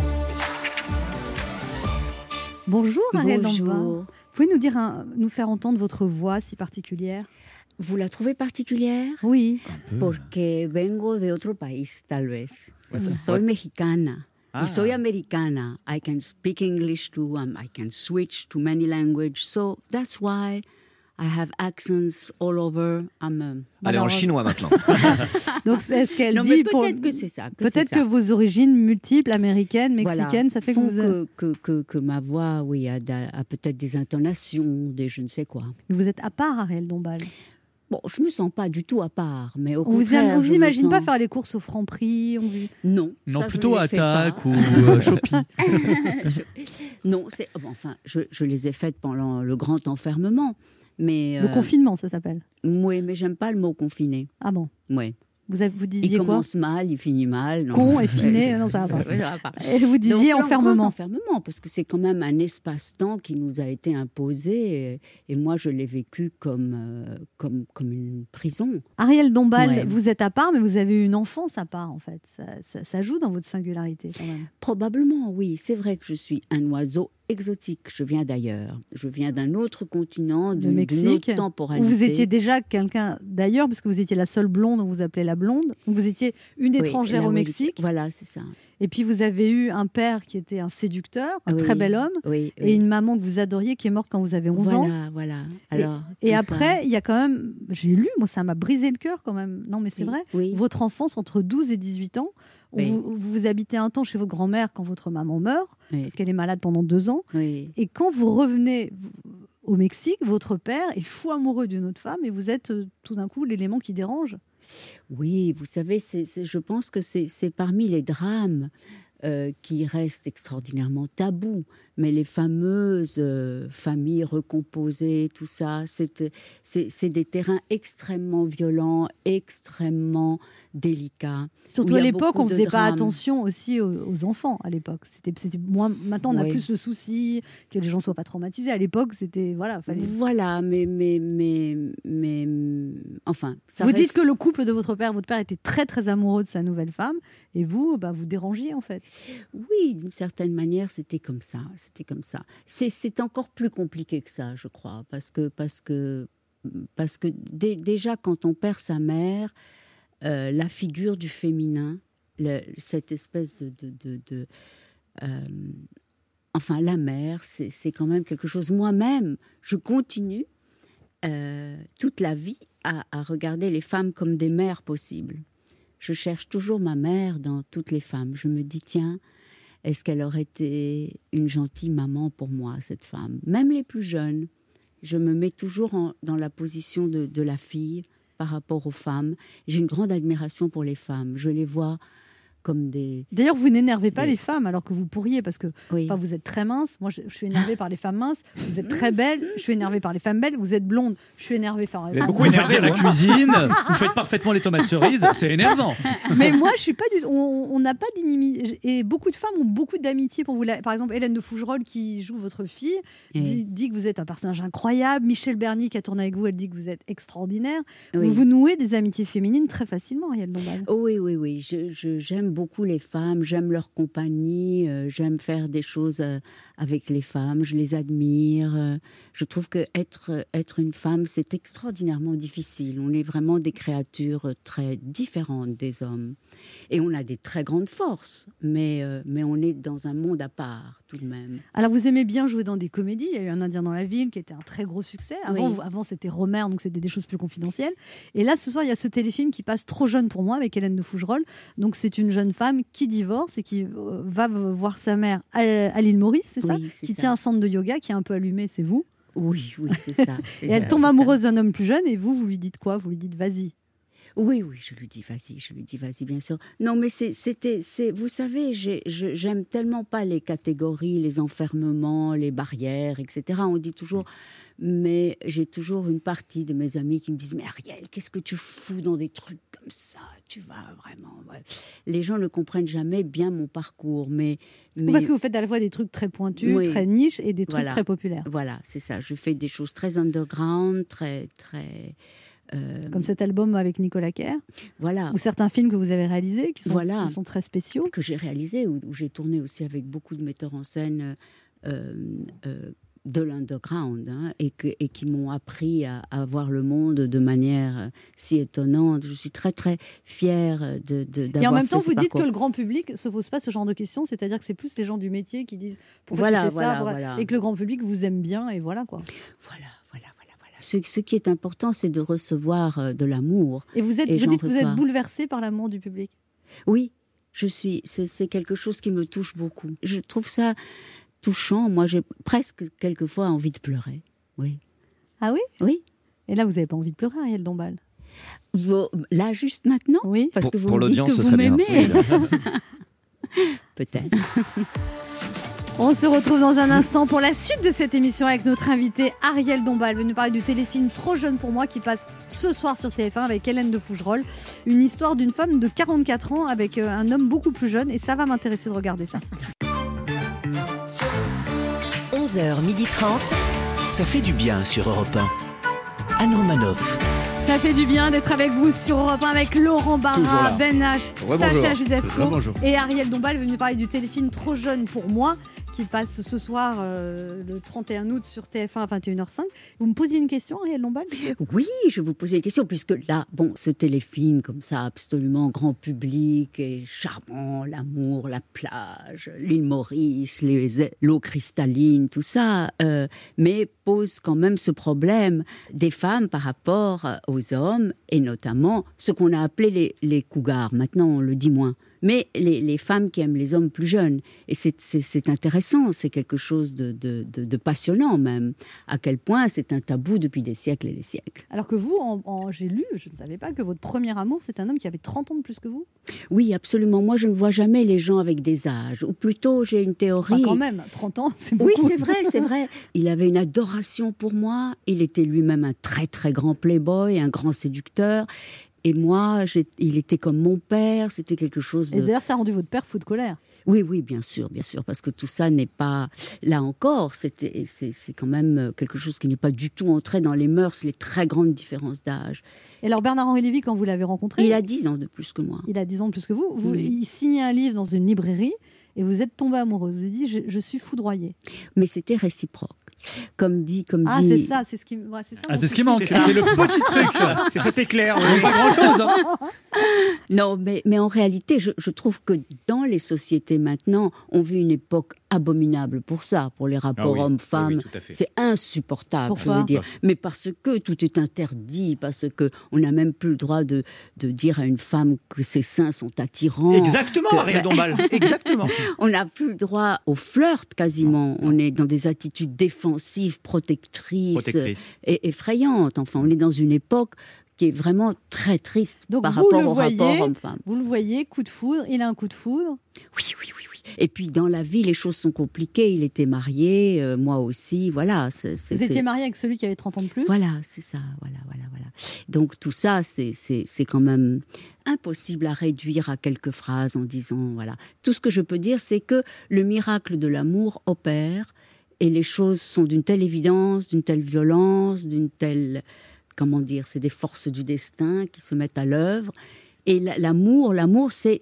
Bonjour Ariel Dombal. Vous pouvez nous faire entendre votre voix si particulière? ¿Vous la trouvez particulière? Oui. Porque vengo de otro país, tal vez. Soy mexicana. Y soy americana. I can speak English too, I can switch to many languages. So that's why I have accents all over. Allez, en chinois maintenant. Donc, est-ce qu'elle non, dit mais peut-être que c'est ça. Peut-être que vos origines multiples, américaines, mexicaines, ça fait que ma voix, oui, a peut-être des intonations, des je ne sais quoi. Vous êtes à part, Ariel Dombal. Bon, je ne me sens pas du tout à part, mais au on contraire... On vous imagine pas faire les courses au Franprix Non. Non, ça, plutôt Attaque ou Shopee. Non, je les ai faites pendant le grand enfermement. Mais, le confinement, ça s'appelle. Oui, mais j'aime pas le mot confiné. Ah bon? Oui. Vous disiez il quoi? commence mal, il finit mal. Non. Con et finé, non, ça va pas. Ça va pas. Et vous disiez donc, enfermement. Enfermement, parce que c'est quand même un espace-temps qui nous a été imposé. Et moi, je l'ai vécu comme une prison. Ariel Dombal, Ouais. vous êtes à part, mais vous avez eu une enfance à part, en fait. Ça joue dans votre singularité, quand même. Probablement, oui. C'est vrai que je suis un oiseau exotique. Je viens d'ailleurs. Je viens d'un autre continent, De d'une Mexique, autre temporalité. où vous étiez déjà quelqu'un d'ailleurs, parce que vous étiez la seule blonde, on vous appelait la blonde. Donc vous étiez une étrangère là, au oui, Mexique. Voilà, c'est ça. Et puis vous avez eu un père qui était un séducteur, un Oui, très bel homme, oui, et oui. une maman que vous adoriez qui est morte quand vous avez 11 ans. Voilà. Alors, Et tout après, ça. il y a quand même, j'ai lu, moi ça m'a brisé le cœur quand même. Non mais c'est Oui, vrai, oui. votre enfance entre 12 et 18 ans, Oui. vous habitez un temps chez votre grand-mère quand votre maman meurt, Oui. parce qu'elle est malade pendant 2 ans. Oui. Et quand vous revenez au Mexique, votre père est fou amoureux d'une autre femme et vous êtes tout d'un coup l'élément qui dérange. Oui, vous savez, je pense que c'est parmi les drames qui restent extraordinairement tabous. Mais les fameuses familles recomposées, tout ça, c'est des terrains extrêmement violents, extrêmement délicats. Surtout où il y à a l'époque, beaucoup on ne de faisait pas drames. attention aussi aux enfants. À l'époque, c'était moins. Maintenant, on a Oui. plus le souci que les gens soient pas traumatisés. À l'époque, c'était fallait. Voilà, mais enfin, ça Vous reste... dites que le couple de votre père était très très amoureux de sa nouvelle femme, et vous, vous dérangiez en fait. Oui, d'une certaine manière, c'était comme ça. C'est encore plus compliqué que ça, je crois, parce que déjà quand on perd sa mère, la figure du féminin, cette espèce enfin, la mère, c'est quand même quelque chose. Moi-même, je continue toute la vie à regarder les femmes comme des mères possibles. Je cherche toujours ma mère dans toutes les femmes. Je me dis, tiens, est-ce qu'elle aurait été une gentille maman pour moi, cette femme? Même les plus jeunes, je me mets toujours dans la position de la fille par rapport aux femmes. J'ai une grande admiration pour les femmes. Je les vois comme des... D'ailleurs, vous n'énervez pas les femmes alors que vous pourriez, parce que Oui. vous êtes très mince. Moi, je suis énervée par les femmes minces. Vous êtes très belle. Je suis énervée par les femmes belles. Vous êtes blonde. Je suis énervée par les femmes. Vous faites bien la cuisine, vous faites parfaitement les tomates cerises, c'est énervant. Mais moi, je suis pas du tout. On n'a pas d'inimitié. Et beaucoup de femmes ont beaucoup d'amitié pour vous. Par exemple, Hélène de Fougerolles, qui joue votre fille, dit que vous êtes un personnage incroyable. Michel Bernier, qui a tourné avec vous, elle dit que vous êtes extraordinaire. Oui. Vous nouez des amitiés féminines très facilement, Ariel Dombal. Oh oui. J'aime beaucoup les femmes, j'aime leur compagnie, j'aime faire des choses avec les femmes, je les admire. Je trouve que être une femme, c'est extraordinairement difficile. On est vraiment des créatures très différentes des hommes. Et on a des très grandes forces, mais on est dans un monde à part, tout de même. Alors, vous aimez bien jouer dans des comédies. Il y a eu Un Indien dans la ville, qui était un très gros succès. Avant c'était Rohmer, donc c'était des choses plus confidentielles. Et là, ce soir, il y a ce téléfilm qui passe Trop jeune pour moi, avec Hélène de Fougerolles. Donc, c'est une jeune femme qui divorce et qui va voir sa mère à l'île Maurice, c'est ça? Oui, c'est Qui ça. tient un centre de yoga, qui est un peu allumé, c'est vous? Oui, c'est ça. Et elle tombe amoureuse d'un homme plus jeune, et vous lui dites quoi? Vous lui dites vas-y. Oui, je lui dis vas-y, bien sûr. Non, mais vous savez, j'aime tellement pas les catégories, les enfermements, les barrières, etc. On dit toujours, mais j'ai toujours une partie de mes amis qui me disent, mais Ariel, qu'est-ce que tu fous dans des trucs comme ça? Tu vas vraiment... Ouais. Les gens ne comprennent jamais bien mon parcours, mais... Parce que vous faites à la fois des trucs très pointus, très niches, et des trucs très populaires. Voilà, c'est ça. Je fais des choses très underground, très... Comme cet album avec Nicolas Kerr, ou certains films que vous avez réalisés qui sont très spéciaux. Que j'ai réalisés, où j'ai tourné aussi avec beaucoup de metteurs en scène de l'underground, et qui m'ont appris à voir le monde de manière si étonnante. Je suis très très fière d'avoir. Et en même temps, vous dites parcours. que le grand public ne se pose pas ce genre de questions, c'est-à-dire que c'est plus les gens du métier qui disent pourquoi tu fais ça, et que le grand public vous aime bien, et voilà quoi. Voilà. Ce qui est important, c'est de recevoir de l'amour. Et vous dites que vous êtes bouleversée par l'amour du public. Oui, c'est quelque chose qui me touche beaucoup. Je trouve ça touchant. Moi, j'ai presque quelquefois envie de pleurer. Oui. Ah oui? Oui. Et là, vous n'avez pas envie de pleurer, Ariel Dombal? Là, juste maintenant? Oui. Parce que vous pour me dites l'audience, que ce vous serait bien. m'aimez. Peut-être. On se retrouve dans un instant pour la suite de cette émission avec notre invitée Ariel Dombal, venue parler du téléfilm Trop jeune pour moi qui passe ce soir sur TF1 avec Hélène de Fougerolles. Une histoire d'une femme de 44 ans avec un homme beaucoup plus jeune, et ça va m'intéresser de regarder ça. 11h30, ça fait du bien sur Europe 1. Anne Romanoff. Ça fait du bien d'être avec vous sur Europe 1 avec Laurent Barra, Ben H, Sacha Judasco et Ariel Dombal, venue parler du téléfilm Trop jeune pour moi qui passe ce soir le 31 août sur TF1 à 21h05. Vous me posiez une question, Ariel Dombal? Oui, je vous posais une question, puisque là, ce téléfilm comme ça, absolument grand public et charmant, l'amour, la plage, l'île Maurice, l'eau cristalline, tout ça, mais pose quand même ce problème des femmes par rapport aux hommes, et notamment ce qu'on a appelé les cougars. Maintenant, on le dit moins. Mais les femmes qui aiment les hommes plus jeunes. Et c'est intéressant, c'est quelque chose de passionnant même. À quel point c'est un tabou depuis des siècles et des siècles. Alors que vous, j'ai lu, je ne savais pas que votre premier amour, c'est un homme qui avait 30 ans de plus que vous? Oui, absolument. Moi, je ne vois jamais les gens avec des âges. Ou plutôt, j'ai une théorie... Enfin, quand même, 30 ans, c'est beaucoup. Oui, c'est vrai. Il avait une adoration pour moi. Il était lui-même un très, très grand playboy, un grand séducteur. Et moi, il était comme mon père, c'était quelque chose de... Et d'ailleurs, ça a rendu votre père fou de colère. Oui, bien sûr, parce que tout ça n'est pas... Là encore, c'est quand même quelque chose qui n'est pas du tout entré dans les mœurs, les très grandes différences d'âge. Et alors, Bernard-Henri Lévy, quand vous l'avez rencontré... Il a 10 ans de plus que moi. Il a 10 ans de plus que vous. Oui. Il signait un livre dans une librairie et vous êtes tombée amoureuse. Vous avez dit, je suis foudroyée. Mais c'était réciproque. Comme dit. C'est ça, c'est ce qui, c'est ça. C'est ce qui manque, c'est le petit truc. C'est cet éclair. Pas grand-chose. Hein. Non, mais en réalité, je trouve que dans les sociétés maintenant, on vit une époque abominable pour ça, pour les rapports hommes-femmes. Oui, c'est insupportable, pourquoi? je veux dire. Mais parce que tout est interdit, parce qu'on n'a même plus le droit de dire à une femme que ses seins sont attirants. Exactement, Ariel Dombal, exactement. On n'a plus le droit au flirt quasiment. On est dans des attitudes défensives, protectrices. Et effrayantes. Enfin, on est dans une époque qui est vraiment très triste. Donc par rapport au rapport homme-femme. Vous le voyez, coup de foudre, il a un coup de foudre. Oui. Et puis dans la vie, les choses sont compliquées. Il était marié, moi aussi, voilà. Vous étiez marié avec celui qui avait 30 ans de plus? Voilà, c'est ça, voilà. Donc tout ça, c'est quand même impossible à réduire à quelques phrases en disant, voilà. Tout ce que je peux dire, c'est que le miracle de l'amour opère et les choses sont d'une telle évidence, d'une telle violence, d'une telle... Comment dire, c'est des forces du destin qui se mettent à l'œuvre. Et l'amour, c'est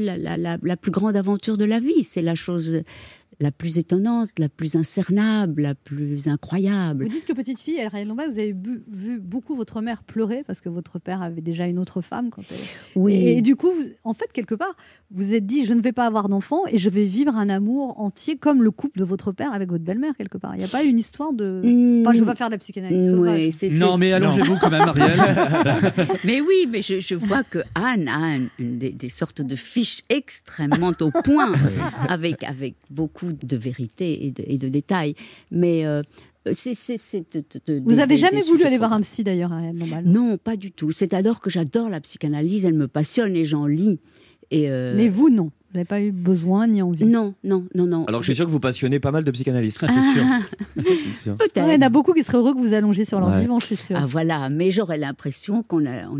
la plus grande aventure de la vie. C'est la chose la plus étonnante, la plus incernable, la plus incroyable. Vous dites que petite fille, Ariel Dombal, vous avez vu beaucoup votre mère pleurer parce que votre père avait déjà une autre femme quand elle... Oui. Et du coup, en fait, quelque part, vous êtes dit, je ne vais pas avoir d'enfant et je vais vivre un amour entier comme le couple de votre père avec votre belle-mère, quelque part. Il n'y a pas une histoire de... Enfin, je ne veux pas faire de la psychanalyse sauvage. Non, mais allongez-vous quand même, Ariel. Mais oui, mais je vois que Anne a des sortes de fiches extrêmement au point, avec beaucoup de vérité et de détails. Mais Vous avez jamais voulu aller voir un psy d'ailleurs, Ariel Dombal? Non, pas du tout. C'est alors que j'adore la psychanalyse, elle me passionne et j'en lis. Mais vous, non. Vous n'avez pas eu besoin ni envie? Non. Alors que je suis sûr que vous passionnez pas mal de psychanalystes. C'est sûr. Peut-être. Il y en a beaucoup qui seraient heureux que vous allongiez sur leur divan, je suis sûre. Ah voilà, mais j'aurais l'impression qu'on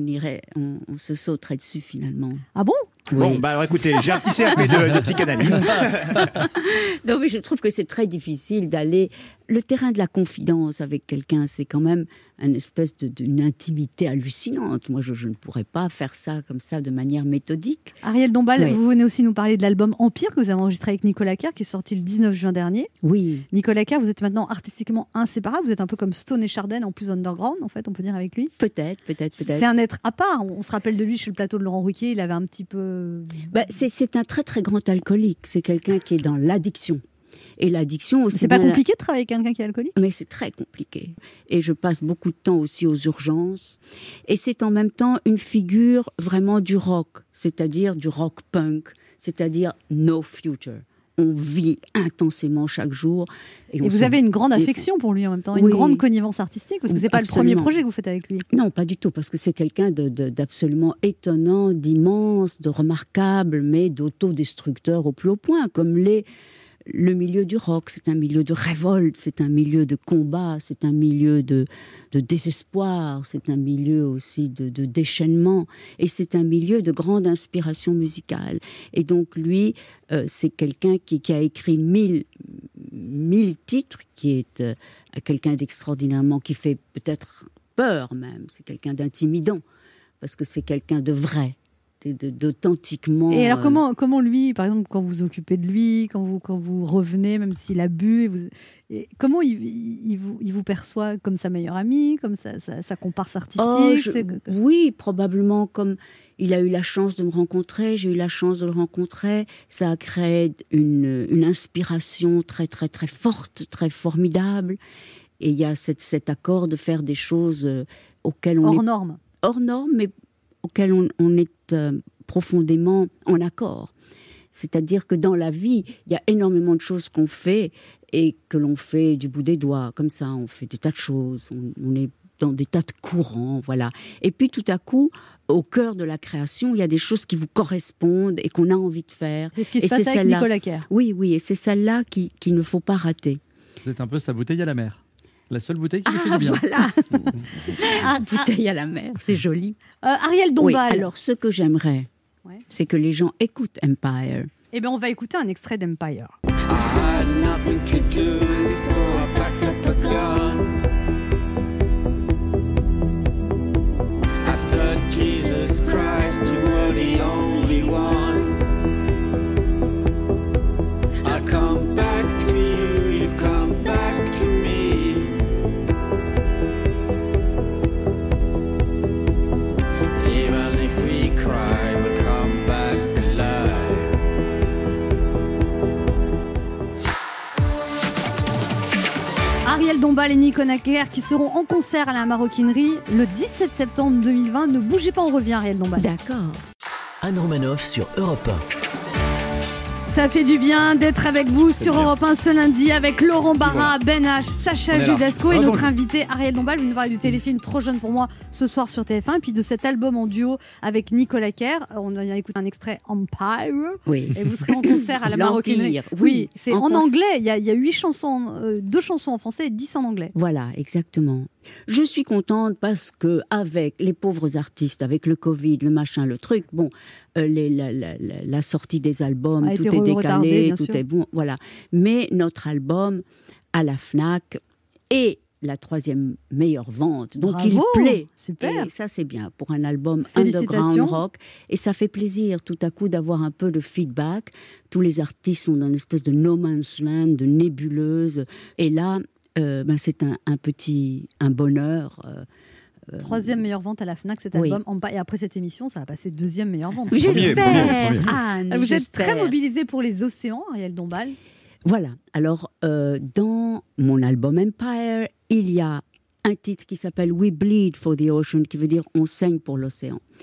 se sauterait dessus finalement. Ah bon? Bon, alors écoutez, j'ai ratissé un peu de psychanalyste. Non, mais je trouve que c'est très difficile d'aller... Le terrain de la confidence avec quelqu'un, c'est quand même une espèce d'une intimité hallucinante. Moi, je ne pourrais pas faire ça comme ça de manière méthodique. Ariel Dombal, Oui. vous venez aussi nous parler de l'album Empire que vous avez enregistré avec Nicolas Kerr, qui est sorti le 19 juin dernier. Oui. Nicolas Kerr, vous êtes maintenant artistiquement inséparable. Vous êtes un peu comme Stone et Chardin, en plus underground, en fait, on peut dire avec lui. Peut-être. C'est un être à part. On se rappelle de lui sur le plateau de Laurent Ruquier. Il avait un petit peu... C'est un très très grand alcoolique. C'est quelqu'un qui est dans l'addiction. Et l'addiction aussi. C'est pas compliqué de travailler avec quelqu'un qui est alcoolique? Mais c'est très compliqué. Et je passe beaucoup de temps aussi aux urgences. Et c'est en même temps une figure vraiment du rock, c'est-à-dire du rock punk, c'est-à-dire no future. On vit intensément chaque jour. Et vous avez une grande affection pour lui en même temps, une grande connivence artistique, parce que c'est pas absolument. le premier projet que vous faites avec lui. Non, pas du tout, parce que c'est quelqu'un d'absolument étonnant, d'immense, de remarquable, mais d'autodestructeur au plus haut point, comme le milieu du rock. C'est un milieu de révolte, c'est un milieu de combat, c'est un milieu de désespoir, c'est un milieu aussi de déchaînement, et c'est un milieu de grande inspiration musicale. Et donc lui, c'est quelqu'un qui a écrit 1000 titres, qui est quelqu'un d'extraordinairement, qui fait peut-être peur même, c'est quelqu'un d'intimidant, parce que c'est quelqu'un de vrai, d'authentiquement... Et alors comment lui, par exemple, quand vous vous occupez de lui, quand vous revenez, même s'il a bu, comment il vous perçoit comme sa meilleure amie, comme sa comparse artistique? Oui, probablement comme il a eu la chance de me rencontrer, j'ai eu la chance de le rencontrer, ça a créé une inspiration très très très forte, très formidable, et il y a cet accord de faire des choses auxquelles on hors norme, mais auxquelles on est profondément en accord. C'est-à-dire que dans la vie, il y a énormément de choses qu'on fait et que l'on fait du bout des doigts, comme ça, on fait des tas de choses, on est dans des tas de courants, voilà. Et puis tout à coup, au cœur de la création, il y a des choses qui vous correspondent et qu'on a envie de faire. C'est ce qui se passe avec Nicolas Kerr. Oui, et c'est celle-là qu'il ne faut pas rater. Vous êtes un peu sa bouteille à la mer. La seule bouteille qui lui fait du bien. Voilà. Bouteille à la mer, c'est joli. Ariel Dombal. Oui, alors ce que j'aimerais, c'est que les gens écoutent Empire. Eh bien, on va écouter un extrait d'Empire. I had nothing to do, so I packed up a gun. After Jesus Christ, you were the only one. I come back to you, you come back to me. Even if we cry, we'll come back alive. Ariel Dombal et Nicolas Kerr qui seront en concert à la Maroquinerie le 17 septembre 2020. Ne bougez pas, on revient, Ariel Dombal. D'accord. Anne Romanoff sur Europe 1. Ça fait du bien d'être avec vous sur Europe 1 ce lundi avec Laurent Barra, Ben H, Sacha Judasco et notre invité Ariel Dombal. Vous nous parlez du téléfilm Trop jeune pour moi ce soir sur TF1 et puis de cet album en duo avec Nicolas Kerr. On va écouter un extrait Empire. Oui. Et vous serez en concert à la Maroquinerie. Oui, c'est en anglais. Il y a 8 chansons, 2 chansons en français et 10 en anglais. Voilà, exactement. Je suis contente parce que avec les pauvres artistes, avec le Covid, le machin, le truc, bon, la sortie des albums, tout est décalé, tout est bon, voilà. Mais notre album à la Fnac est la 3e meilleure vente, donc bravo, il plaît. Super. Et ça c'est bien pour un album underground rock, et ça fait plaisir tout à coup d'avoir un peu de feedback. Tous les artistes sont dans une espèce de no man's land, de nébuleuse, et là c'est un bonheur. 3e meilleure vente à la Fnac, cet album. Et après cette émission, ça va passer 2e meilleure vente. J'espère. Anne, vous êtes très mobilisée pour les océans, Ariel Dombal. Voilà. Alors, dans mon album Empire, il y a un titre qui s'appelle We Bleed for the Ocean, qui veut dire on saigne pour l'océan.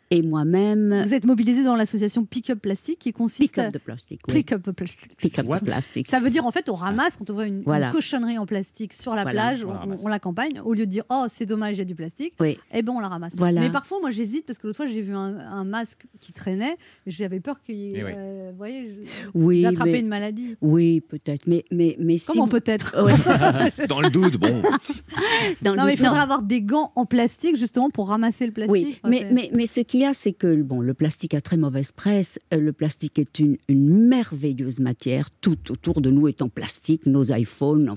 Et moi-même... Vous êtes mobilisé dans l'association Pick Up Plastique qui consiste Pick Up de plastique. Oui. Pick Up Plastique. Pick Up de plastique. Ça veut dire en fait on ramasse quand on voit une cochonnerie en plastique sur la plage, on l'accompagne au lieu de dire oh c'est dommage il y a du plastique, et ben on la ramasse. Voilà. Mais parfois moi j'hésite parce que l'autre fois j'ai vu un masque qui traînait, j'avais peur qu'il attrapait une maladie. Oui peut-être, mais comment peut-être Dans le doute, bon. Mais il faudrait avoir des gants en plastique justement pour ramasser le plastique. Oui, mais ce qu'il y a, c'est que le plastique a très mauvaise presse. Le plastique est une merveilleuse matière. Tout autour de nous est en plastique. Nos iPhones,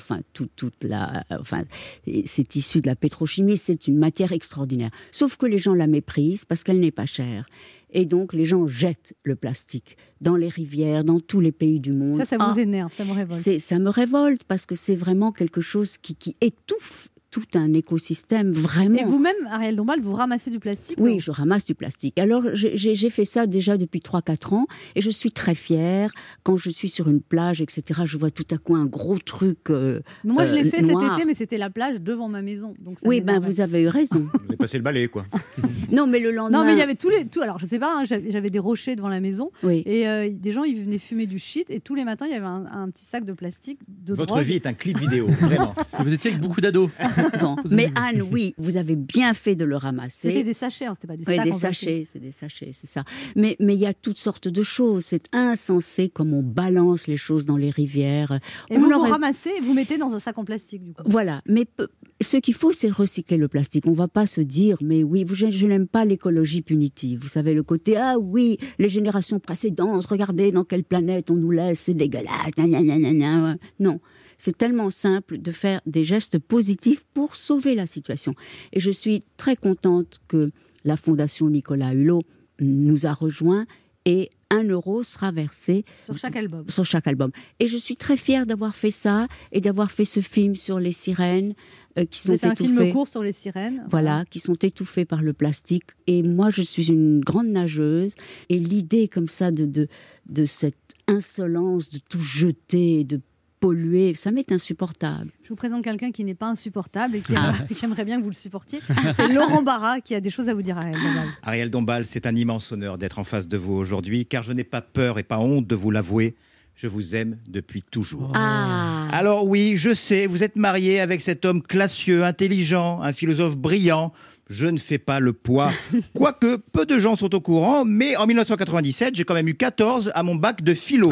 c'est issu de la pétrochimie. C'est une matière extraordinaire. Sauf que les gens la méprisent parce qu'elle n'est pas chère. Et donc, les gens jettent le plastique dans les rivières, dans tous les pays du monde. Ça vous énerve, ça me révolte. Ça me révolte parce que c'est vraiment quelque chose qui étouffe tout un écosystème, vraiment. Et vous-même, Ariel Dombal, vous ramassez du plastique? Oui, je ramasse du plastique. Alors, j'ai fait ça déjà depuis 3-4 ans et je suis très fière. Quand je suis sur une plage, etc., je vois tout à coup un gros truc moi, je l'ai fait noir. cet été, mais c'était la plage devant ma maison. Donc ça vous avez eu raison. Vous avez passé le balai, quoi. Non, mais le lendemain... Non, mais il y avait alors, je sais pas, j'avais des rochers devant la maison et des gens, ils venaient fumer du shit et tous les matins, il y avait un petit sac de plastique de Votre drogue. vie est un clip vidéo, vraiment. Si vous étiez avec beaucoup d'ados. Bon. Mais Anne, oui, vous avez bien fait de le ramasser. C'était des sachets, c'était pas des sacs. Oui, des sachets, c'est des sachets, c'est ça. Mais il y a toutes sortes de choses. C'est insensé comme on balance les choses dans les rivières. Et vous ramassez et vous mettez dans un sac en plastique, du coup. Voilà, mais ce qu'il faut, c'est recycler le plastique. On ne va pas se dire, mais oui, je n'aime pas l'écologie punitive. Vous savez, le côté, ah oui, les générations précédentes, regardez dans quelle planète on nous laisse, c'est dégueulasse, nanana. Non. C'est tellement simple de faire des gestes positifs pour sauver la situation. Et je suis très contente que la Fondation Nicolas Hulot nous a rejoints et 1 euro sera versé sur chaque album. Sur chaque album. Et je suis très fière d'avoir fait ça et d'avoir fait ce film sur les sirènes qui sont étouffées. Un film court sur les sirènes. Voilà, qui sont étouffées par le plastique. Et moi, je suis une grande nageuse. Et l'idée comme ça de cette insolence de tout jeter, de polluer, ça m'est insupportable. Je vous présente quelqu'un qui n'est pas insupportable et qui aimerait bien que vous le supportiez. C'est Laurent Barra qui a des choses à vous dire à Ariel Dombal. Ariel Dombal, c'est un immense honneur d'être en face de vous aujourd'hui, car je n'ai pas peur et pas honte de vous l'avouer. Je vous aime depuis toujours. Alors oui, je sais, vous êtes marié avec cet homme classieux, intelligent, un philosophe brillant. Je ne fais pas le poids. Quoique, peu de gens sont au courant, mais en 1997, j'ai quand même eu 14 à mon bac de philo.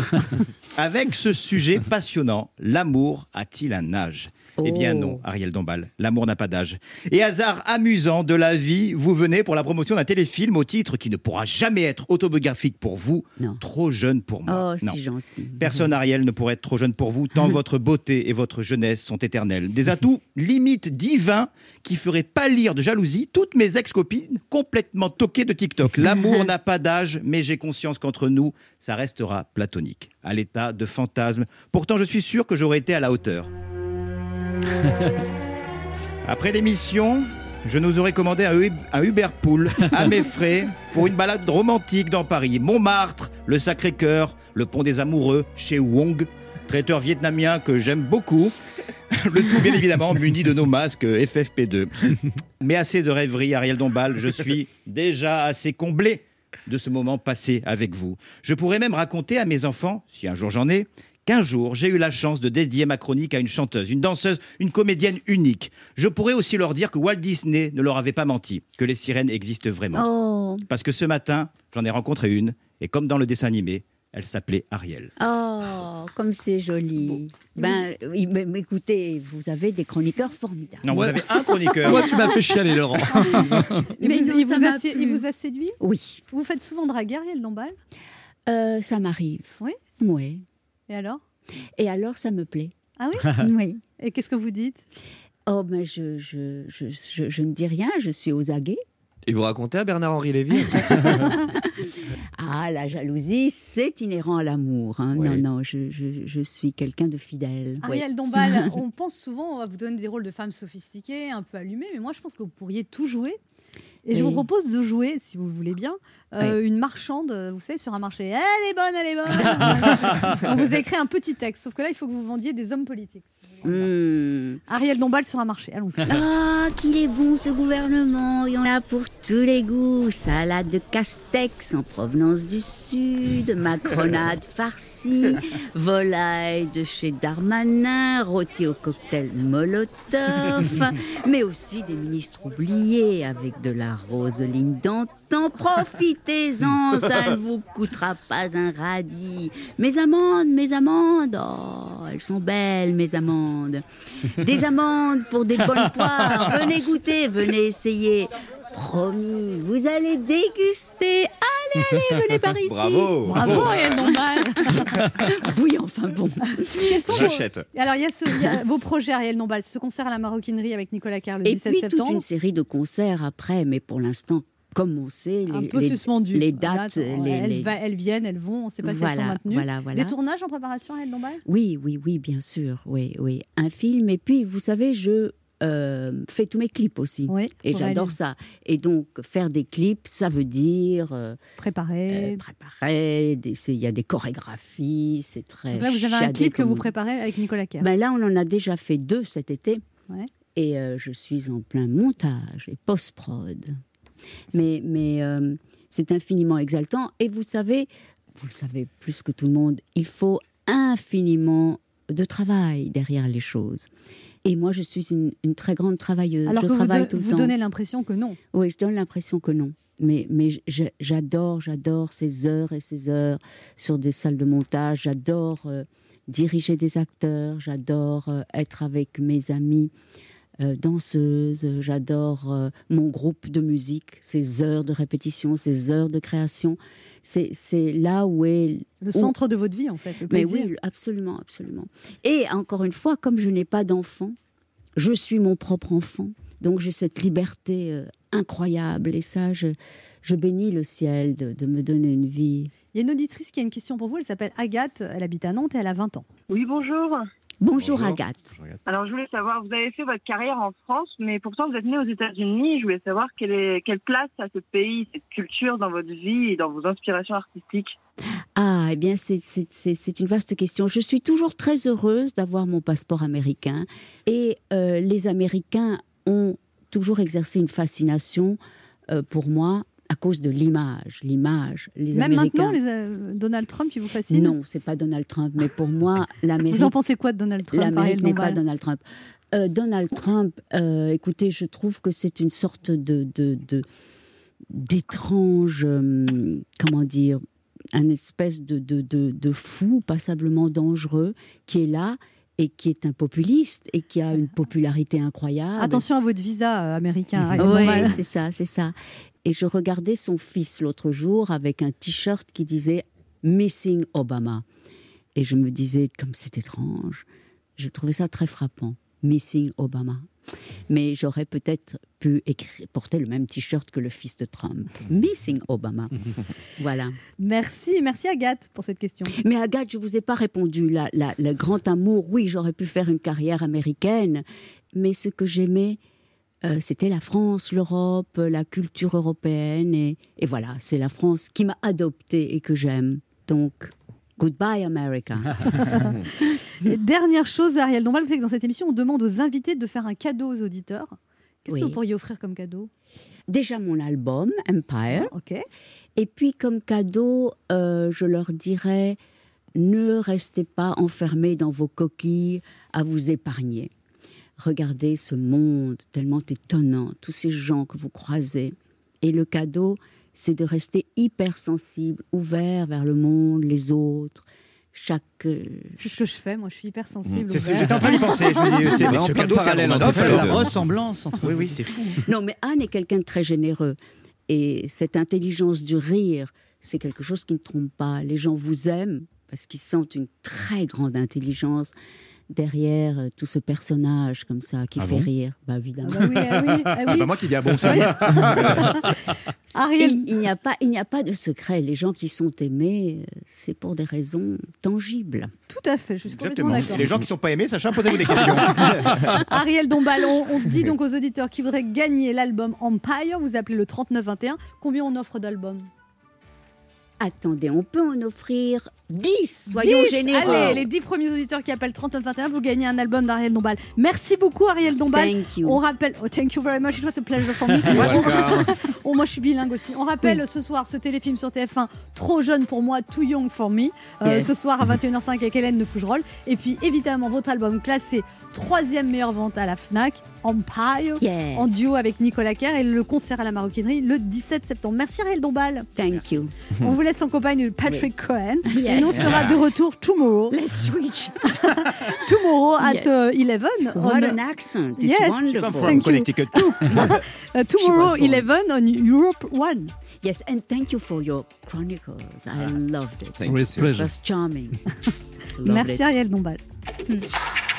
Avec ce sujet passionnant, l'amour a-t-il un âge ? Eh bien non, Ariel Dombal, l'amour n'a pas d'âge. Et hasard amusant de la vie, vous venez pour la promotion d'un téléfilm au titre qui ne pourra jamais être autobiographique pour vous, trop jeune pour moi. Oh, c'est gentil. Personne, Ariel, ne pourrait être trop jeune pour vous, tant votre beauté et votre jeunesse sont éternelles. Des atouts limite divins qui feraient pâlir de jalousie toutes mes ex-copines complètement toquées de TikTok. L'amour n'a pas d'âge, mais j'ai conscience qu'entre nous, ça restera platonique, à l'état de fantasme. Pourtant, je suis sûr que j'aurais été à la hauteur. Après l'émission, je nous aurais commandé un Uber Pool à mes frais pour une balade romantique dans Paris. Montmartre, le Sacré-Cœur, le Pont des Amoureux, chez Wong, traiteur vietnamien que j'aime beaucoup. Le tout, bien évidemment, muni de nos masques FFP2. Mais assez de rêverie, Ariel Dombal, je suis déjà assez comblé de ce moment passé avec vous. Je pourrais même raconter à mes enfants, si un jour j'en ai, qu'un jour, j'ai eu la chance de dédier ma chronique à une chanteuse, une danseuse, une comédienne unique. Je pourrais aussi leur dire que Walt Disney ne leur avait pas menti, que les sirènes existent vraiment. Parce que ce matin, j'en ai rencontré une, et comme dans le dessin animé, elle s'appelait Ariel. Oh, comme c'est joli. Mais écoutez, vous avez des chroniqueurs formidables. Non, vous avez un chroniqueur. Moi, tu m'as fait chialer, Laurent. Mais il vous a séduit ? Oui. Vous faites souvent draguer, Ariel Dombal ? Ça m'arrive. Oui ? Oui. Et alors ? Et alors, ça me plaît. Ah oui ? Oui. Et qu'est-ce que vous dites ? Oh, mais je ne dis rien, je suis aux aguets. Et vous racontez à Bernard-Henri Lévy? Ah, la jalousie, c'est inhérent à l'amour. Hein. Oui. Non, je suis quelqu'un de fidèle. Ariel Dombal, on pense souvent à vous donner des rôles de femmes sophistiquées, un peu allumées, mais moi je pense que vous pourriez tout jouer. Et je vous propose de jouer, si vous le voulez bien, une marchande, vous savez, sur un marché. Elle est bonne, elle est bonne. On vous a écrit un petit texte, sauf que là, il faut que vous vendiez des hommes politiques. Si vous voulez. Ariel Dombal sur un marché, allons-y. Ah, qu'il est bon ce gouvernement, il y en a pour tous les goûts. Salade de castex en provenance du sud, macronade farcie, volaille de chez Darmanin, rôti au cocktail Molotov, mais aussi des ministres oubliés avec de la roseline d'antan. Profitez-en, ça ne vous coûtera pas un radis. Mes amandes, oh, elles sont belles, mes amandes. Des amandes pour des bonnes poires, venez goûter, venez essayer. Promis, vous allez déguster. Allez, venez par ici. Bravo Ariel Dombal. Oui, enfin bon. J'achète. Alors, il y a vos projets, Ariel Dombal, ce concert à la Maroquinerie avec Nicolas Carr le 17 Et puis septembre. toute une série de concerts après, mais pour l'instant, comme on sait, Un peu suspendu. les dates... Elles viennent, elles vont, on ne sait pas si elles sont maintenues. Voilà. Des tournages en préparation, Ariel Dombal? Oui, bien sûr. Oui. Un film. Et puis, vous savez, je fais tous mes clips aussi. Oui, et j'adore ça. Et donc, faire des clips, ça veut dire... préparer. Il y a des chorégraphies, c'est très... Donc là, vous avez un clip que vous préparez avec Nicolas Carr. Ben là, on en a déjà fait 2 cet été. Ouais. Et je suis en plein montage et post-prod. Mais c'est infiniment exaltant. Et vous le savez plus que tout le monde, il faut infiniment de travail derrière les choses. Et moi, je suis une très grande travailleuse. Alors je que travaille tout le temps. Vous donnez l'impression que non. Oui, je donne l'impression que non. Mais j'adore ces heures et ces heures sur des salles de montage. J'adore diriger des acteurs. J'adore être avec mes amis danseuses. J'adore mon groupe de musique, ces heures de répétition, ces heures de création. C'est là où est... Le centre de votre vie, en fait, le Mais plaisir. oui, absolument. Et encore une fois, comme je n'ai pas d'enfant, je suis mon propre enfant. Donc j'ai cette liberté incroyable. Et ça, je bénis le ciel de me donner une vie. Il y a une auditrice qui a une question pour vous. Elle s'appelle Agathe. Elle habite à Nantes et elle a 20 ans. Oui, bonjour. Bonjour Agathe. Alors, je voulais savoir, vous avez fait votre carrière en France, mais pourtant vous êtes née aux États-Unis. Je voulais savoir quelle place a ce pays, cette culture dans votre vie et dans vos inspirations artistiques. Ah, eh bien, c'est une vaste question. Je suis toujours très heureuse d'avoir mon passeport américain. Et les Américains ont toujours exercé une fascination pour moi à cause de l'image. Les Même Américains... maintenant, Donald Trump, il vous fascine? Non, c'est pas Donald Trump, mais pour moi, l'Amérique... Vous en pensez quoi de Donald Trump? L'Amérique n'est pas Donald Trump. Donald Trump, écoutez, je trouve que c'est une sorte d'étrange, comment dire, un espèce de fou passablement dangereux qui est là et qui est un populiste et qui a une popularité incroyable. Attention à votre visa américain. Oui, c'est ça. Et je regardais son fils l'autre jour avec un t-shirt qui disait « Missing Obama ». Et je me disais, comme c'est étrange, je trouvais ça très frappant, « Missing Obama ». Mais j'aurais peut-être pu porter le même t-shirt que le fils de Trump. « Missing Obama ». Voilà. Merci Agathe pour cette question. Mais Agathe, je ne vous ai pas répondu. Le grand amour, oui, j'aurais pu faire une carrière américaine, mais ce que j'aimais, c'était la France, l'Europe, la culture européenne. Et voilà, c'est la France qui m'a adoptée et que j'aime. Donc, goodbye America. Et dernière chose, Ariel Dombal, vous savez que dans cette émission, on demande aux invités de faire un cadeau aux auditeurs. Qu'est-ce que vous pourriez offrir comme cadeau? Déjà mon album, Empire. Ok. Et puis comme cadeau, je leur dirais, ne restez pas enfermés dans vos coquilles à vous épargner. Regardez ce monde tellement étonnant, tous ces gens que vous croisez. Et le cadeau, c'est de rester hypersensible, ouvert vers le monde, les autres. C'est ce que je fais, moi je suis hypersensible. C'est ce que j'étais en train d'y penser. Je me dis, c'est ce cadeau, c'est la ressemblance entre... Oui, c'est fou. Non, mais Anne est quelqu'un de très généreux. Et cette intelligence du rire, c'est quelque chose qui ne trompe pas. Les gens vous aiment parce qu'ils sentent une très grande intelligence derrière tout ce personnage comme ça qui fait rire. Bah évidemment. C'est pas moi qui dis bon, c'est lui. Ariel, il n'y a pas de secret. Les gens qui sont aimés, c'est pour des raisons tangibles. Tout à fait, je suis complètement d'accord. Les gens qui ne sont pas aimés, Sacha, posez-vous des questions. Ariel Dombal, on dit donc aux auditeurs qui voudraient gagner l'album Empire, vous appelez le 3921. Combien on offre d'albums? Attendez, on peut en offrir 10, soyons 10. généreux. Allez, les 10 premiers auditeurs qui appellent 3921, vous gagnez un album d'Ariel Dombal. Merci beaucoup Ariel Dombal. Thank you. On rappelle, thank you very much, it was a pleasure for me. Moi je suis bilingue aussi. On rappelle ce soir ce téléfilm sur TF1, Trop jeune pour moi, Too young for me. Yes. Ce soir à 21h05 avec Hélène de Fougerolles. Et puis évidemment votre album classé 3e meilleure vente à la Fnac, Empire, Yes. en duo avec Nicolas Kerr et le concert à la Maroquinerie le 17 septembre. Merci Ariel Dombal. Thank you. On vous laisse en compagnie de Patrick Cohen. Yes. Et nous on sera de retour tomorrow. Let's switch. Tomorrow at 11. What an accent. It's Yes. wonderful. Thank you. Tomorrow 11 on Europe 1. Yes, and thank you for your chronicles. I loved it. With pleasure. It was charming. Loved Merci it. Ariel Dombal.